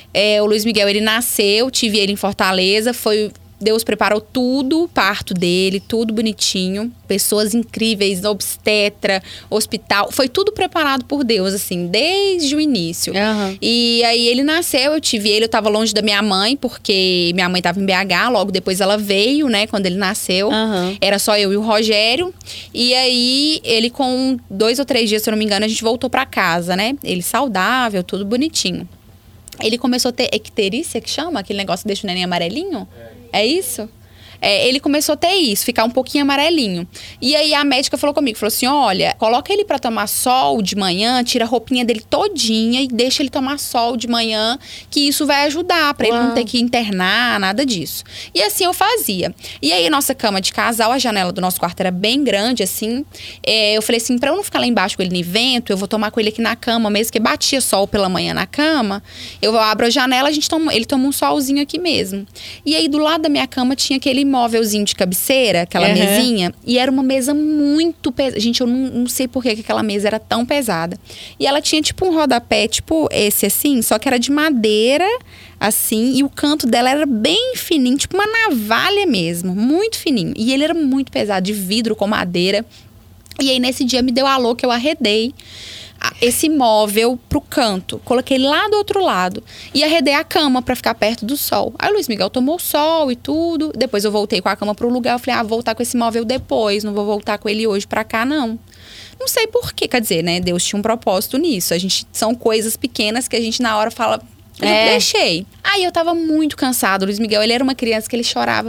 O Luiz Miguel, ele nasceu, tive ele em Fortaleza, Deus preparou tudo, o parto dele, tudo bonitinho. Pessoas incríveis, obstetra, hospital. Foi tudo preparado por Deus, assim, desde o início. Uhum. E aí ele nasceu, eu tive ele, eu tava longe da minha mãe, porque minha mãe tava em BH, logo depois ela veio, né, quando ele nasceu. Uhum. Era só eu e o Rogério. E aí, ele com 2 ou 3 dias, se eu não me engano, a gente voltou pra casa, né? Ele saudável, tudo bonitinho. Ele começou a ter icterícia, que chama? Aquele negócio que deixa o neném amarelinho? É isso? Ele começou a ter isso, ficar um pouquinho amarelinho. E aí a médica falou comigo, falou assim, olha, coloca ele pra tomar sol de manhã, tira a roupinha dele todinha e deixa ele tomar sol de manhã, que isso vai ajudar, pra ele não ter que internar, nada disso. E assim eu fazia. E aí nossa cama de casal, a janela do nosso quarto era bem grande, assim. Eu falei assim, pra eu não ficar lá embaixo com ele no vento, eu vou tomar com ele aqui na cama, mesmo que batia sol pela manhã na cama, eu abro a janela, ele toma um solzinho aqui mesmo. E aí do lado da minha cama tinha aquele móvelzinho de cabeceira, aquela mesinha. E era uma mesa muito pesada. Gente, eu não sei por que aquela mesa era tão pesada. E ela tinha tipo um rodapé, tipo esse assim, só que era de madeira, assim. E o canto dela era bem fininho, tipo uma navalha mesmo. Muito fininho. E ele era muito pesado, de vidro com madeira. E aí nesse dia me deu alô que eu arredei esse móvel pro canto. Coloquei lá do outro lado. E arredei a cama pra ficar perto do sol. Aí o Luiz Miguel tomou sol e tudo. Depois eu voltei com a cama pro lugar. Eu falei, vou voltar com esse móvel depois. Não vou voltar com ele hoje pra cá, não. Não sei por quê. Quer dizer, né? Deus tinha um propósito nisso. São coisas pequenas que a gente na hora fala... Eu deixei. Aí eu tava muito cansado. O Luiz Miguel, ele era uma criança que ele chorava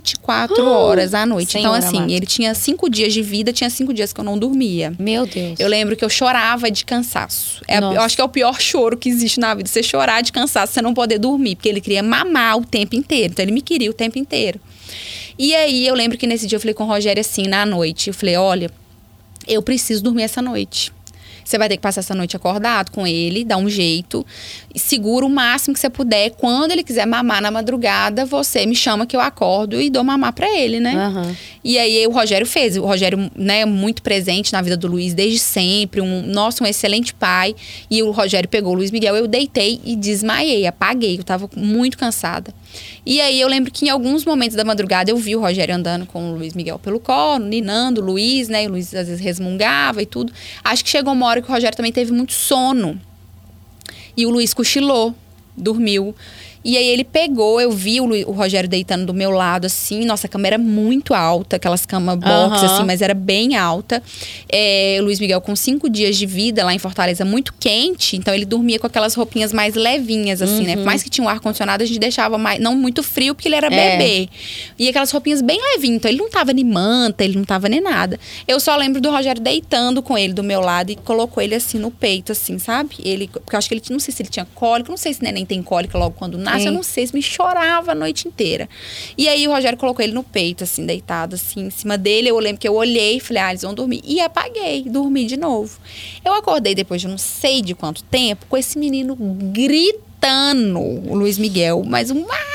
24 horas à noite. Senhor, então, assim, ele tinha 5 dias de vida, tinha 5 dias que eu não dormia. Meu Deus. Eu lembro que eu chorava de cansaço. Eu acho que é o pior choro que existe na vida. Você chorar de cansaço, você não poder dormir. Porque ele queria mamar o tempo inteiro. Então, ele me queria o tempo inteiro. E aí, eu lembro que nesse dia eu falei com o Rogério assim, na noite. Eu falei, olha, eu preciso dormir essa noite. Você vai ter que passar essa noite acordado com ele, dá um jeito. Segura o máximo que você puder. Quando ele quiser mamar na madrugada, você me chama que eu acordo e dou mamar pra ele, né? Uhum. E aí o Rogério fez. O Rogério, né, muito presente na vida do Luiz desde sempre. Um excelente pai. E o Rogério pegou o Luiz Miguel, eu deitei e desmaiei, apaguei. Eu tava muito cansada. E aí eu lembro que em alguns momentos da madrugada eu vi o Rogério andando com o Luiz Miguel pelo colo, ninando o Luiz, né? E o Luiz às vezes resmungava e tudo. Acho que chegou uma hora que o Rogério também teve muito sono. E o Luiz cochilou, dormiu. E aí ele pegou, eu vi o Rogério deitando do meu lado, assim. Nossa, a cama era muito alta, aquelas camas box, assim, mas era bem alta. O Luiz Miguel com 5 dias de vida lá em Fortaleza, muito quente. Então ele dormia com aquelas roupinhas mais levinhas, assim, né? Por mais que tinha um ar-condicionado, a gente deixava não muito frio, porque ele era bebê. E aquelas roupinhas bem levinhas. Então ele não tava nem manta, ele não tava nem nada. Eu só lembro do Rogério deitando com ele do meu lado e colocou ele assim no peito, assim, sabe? Porque eu acho que ele, não sei se ele tinha cólica, não sei se neném tem cólica logo quando nasce. Eu não sei, se me chorava a noite inteira. E aí o Rogério colocou ele no peito, assim, deitado, assim, em cima dele. Eu lembro que eu olhei e falei, eles vão dormir. E apaguei, dormi de novo. Eu acordei depois de não sei de quanto tempo, com esse menino gritando, o Luiz Miguel, mas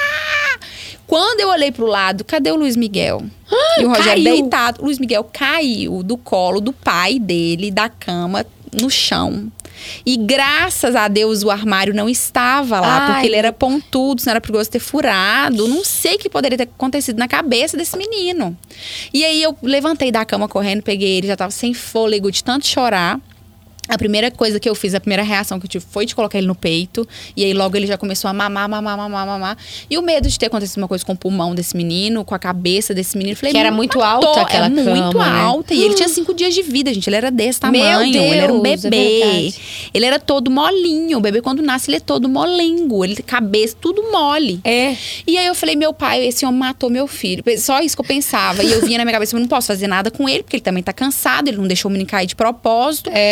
Quando eu olhei pro lado, cadê o Luiz Miguel? E o Rogério deitado. O Luiz Miguel caiu do colo do pai dele, da cama, no chão. E graças a Deus o armário não estava lá, porque ele era pontudo, senão era perigoso ter furado. Não sei o que poderia ter acontecido na cabeça desse menino. E aí eu levantei da cama correndo, peguei ele, já tava sem fôlego de tanto chorar. A primeira coisa que eu fiz, a primeira reação que eu tive foi de colocar ele no peito. E aí logo ele já começou a mamar. E o medo de ter acontecido uma coisa com o pulmão desse menino, com a cabeça desse menino. Falei, que era muito alta aquela cama, muito alta. Né? E ele tinha 5 dias de vida, gente. Ele era desse tamanho. Meu Deus, ele era um bebê. É ele era todo molinho. O bebê quando nasce, ele é todo molengo. Ele tem cabeça, tudo mole. E aí eu falei, meu pai, esse homem matou meu filho. Só isso que eu pensava. E eu vinha na minha cabeça, eu não posso fazer nada com ele, porque ele também tá cansado. Ele não deixou o menino cair de propósito. Ele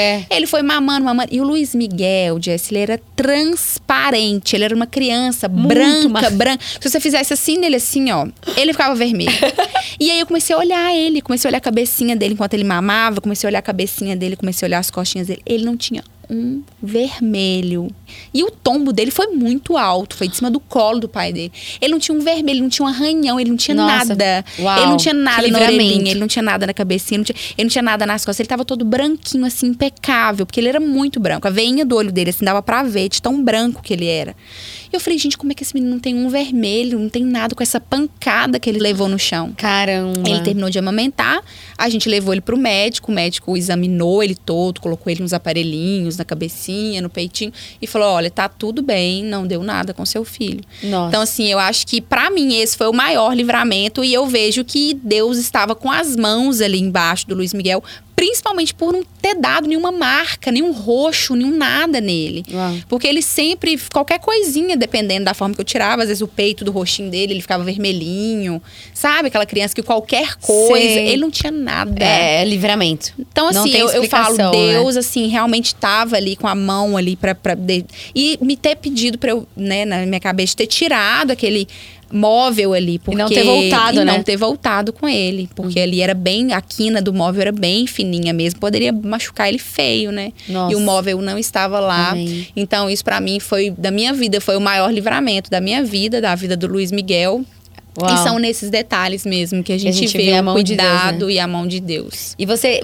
foi mamando. E o Luiz Miguel, Jess, ele era transparente. Ele era uma criança branca. Se você fizesse assim nele, assim, ó, ele ficava vermelho. E aí eu comecei a olhar ele, comecei a olhar a cabecinha dele enquanto ele mamava, comecei a olhar a cabecinha dele, comecei a olhar as costinhas dele. Ele não tinha um vermelho. E o tombo dele foi muito alto, foi de cima do colo do pai dele. Ele não tinha um vermelho, ele não tinha um arranhão, ele não tinha nada. Uau, ele não tinha nada na orelhinha, ele não tinha nada na cabecinha, ele não tinha nada nas costas. Ele tava todo branquinho, assim, impecável, porque ele era muito branco. A veinha do olho dele, assim, dava pra ver de tão branco que ele era. E eu falei, gente, como é que esse menino não tem um vermelho, não tem nada com essa pancada que ele levou no chão? Caramba. Ele terminou de amamentar, a gente levou ele pro médico, o médico examinou ele todo, colocou ele nos aparelhinhos, na cabecinha, no peitinho, e falou, olha, tá tudo bem, não deu nada com seu filho. Nossa. Então, assim, eu acho que pra mim esse foi o maior livramento, e eu vejo que Deus estava com as mãos ali embaixo do Luiz Miguel, principalmente por não ter dado nenhuma marca, nenhum roxo, nenhum nada nele. Uau. Porque ele sempre, qualquer coisinha, dependendo da forma que eu tirava, às vezes o peito do roxinho dele, ele ficava vermelhinho. Sabe? Aquela criança que qualquer coisa, Sei. ele não tinha nada. É, livramento. Então, assim, eu falo, Deus, assim, realmente tava ali com a mão ali e me ter pedido pra eu, né, na minha cabeça, ter tirado aquele móvel ali, porque... E não ter voltado, né? não ter voltado com ele, porque ali era bem... A quina do móvel era bem fininha mesmo, poderia machucar ele feio, né? Nossa. E o móvel não estava lá. Amém. Então, isso pra mim foi, da minha vida, foi o maior livramento da minha vida, da vida do Luiz Miguel. Uau. E são nesses detalhes mesmo que a gente vê a o mão cuidado de Deus, né? e a mão de Deus. E você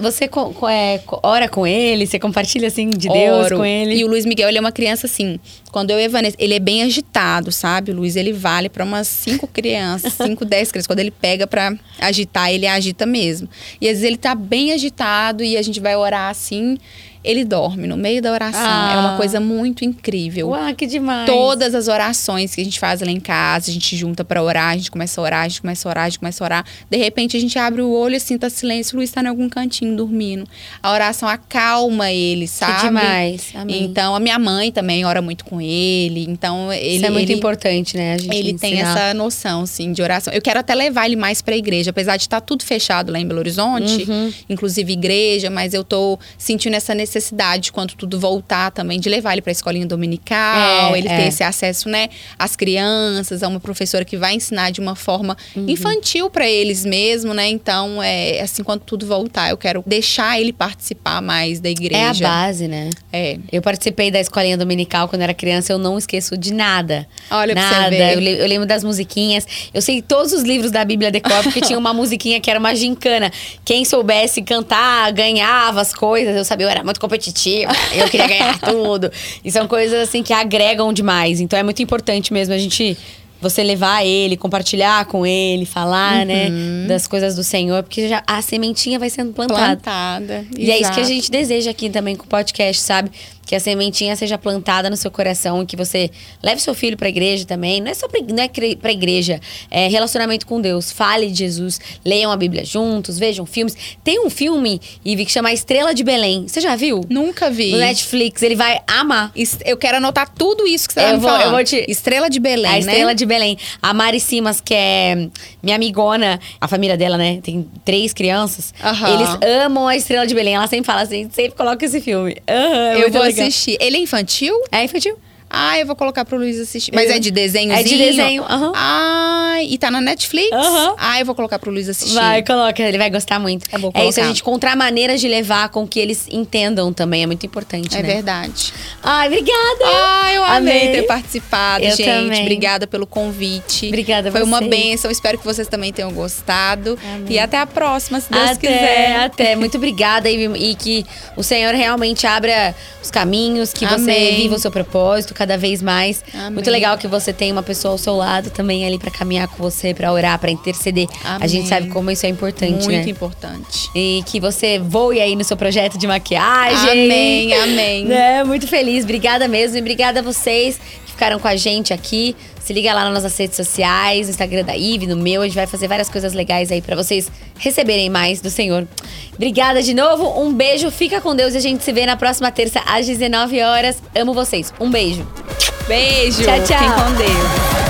ora com ele? Você compartilha, assim, de Deus Oro. com ele? E o Luiz Miguel, ele é uma criança, assim, quando eu e a Vanessa, ele é bem agitado, sabe? O Luiz, ele vale pra umas 5 crianças, 5, 10 crianças. Quando ele pega pra agitar, ele agita mesmo. E às vezes ele tá bem agitado e a gente vai orar assim... Ele dorme no meio da oração. É uma coisa muito incrível. Uau, que demais. Todas as orações que a gente faz lá em casa, a gente junta pra orar, a gente começa a orar, a gente começa a orar, a gente começa a orar. De repente, a gente abre o olho, assim, tá silêncio, o Luiz tá em algum cantinho dormindo. A oração acalma ele, sabe? Que demais. Amém. Então, a minha mãe também ora muito com ele. Então, ele... Isso é muito importante, né? A gente Ele tem essa noção, assim, de oração. Eu quero até levar ele mais pra igreja. Apesar de estar tudo fechado lá em Belo Horizonte, inclusive igreja, mas eu tô sentindo essa necessidade, quando tudo voltar também, de levar ele pra escolinha dominical, ele ter esse acesso, né, às crianças, a uma professora que vai ensinar de uma forma infantil pra eles mesmo, né? Então, assim, quando tudo voltar, eu quero deixar ele participar mais da igreja. É a base, né? É. Eu participei da escolinha dominical quando era criança, eu não esqueço de nada. Olha nada. Pra você ver. Eu lembro das musiquinhas. Eu sei todos os livros da Bíblia de cor, porque tinha uma musiquinha que era uma gincana. Quem soubesse cantar, ganhava as coisas. Eu sabia, eu era muito competitiva, eu queria ganhar tudo. E são coisas assim que agregam demais. Então é muito importante mesmo você levar ele, compartilhar com ele, falar, né, das coisas do Senhor, porque já a sementinha vai sendo plantada. E é isso que a gente deseja aqui também com o podcast, sabe? Que a sementinha seja plantada no seu coração e que você leve seu filho pra igreja também. Não é só pra igreja, é relacionamento com Deus. Fale de Jesus, leiam a Bíblia juntos, vejam filmes. Tem um filme, Ivy, que chama Estrela de Belém. Você já viu? Nunca vi. No Netflix, ele vai amar. Eu quero anotar tudo isso que você tá me falando. Eu vou te... Estrela de Belém, A Estrela né? de Belém. A Mari Simas, que é minha amigona, a família dela, né? Tem 3 crianças. Eles amam a Estrela de Belém. Ela sempre fala assim, sempre coloca esse filme. Eu vou assistir. Ele é infantil? É infantil. Ah, eu vou colocar pro Luiz assistir. Mas é de desenhozinho? É de desenho, Ai, e tá na Netflix? Ah, eu vou colocar pro Luiz assistir. Vai, coloca, ele vai gostar muito. Eu vou É isso, a colocar. gente encontrar maneiras de levar com que eles entendam também, é muito importante, É né? verdade. Ai, obrigada! Ai, eu amei ter participado, Eu gente. também. Obrigada pelo convite. Obrigada a Foi uma você. bênção. Espero que vocês também tenham gostado. Amém. E até a próxima, se Deus quiser. Até. Muito obrigada e que o Senhor realmente abra os caminhos, que você Amém. viva o seu propósito cada vez mais. Amém. Muito legal que você tenha uma pessoa ao seu lado também ali pra caminhar com você, pra orar, pra interceder. A Amém. gente sabe como isso é importante, Muito né? importante. E que você voe aí no seu projeto de maquiagem. Amém, amém. Né? Muito feliz. Obrigada mesmo. E obrigada a vocês que ficaram com a gente aqui. Se liga lá nas nossas redes sociais, no Instagram da Ivy, no meu. A gente vai fazer várias coisas legais aí pra vocês receberem mais do Senhor. Obrigada de novo. Um beijo. Fica com Deus e a gente se vê na próxima terça às 19 horas. Amo vocês. Um beijo. Beijo. Tchau, tchau. Fiquem com Deus.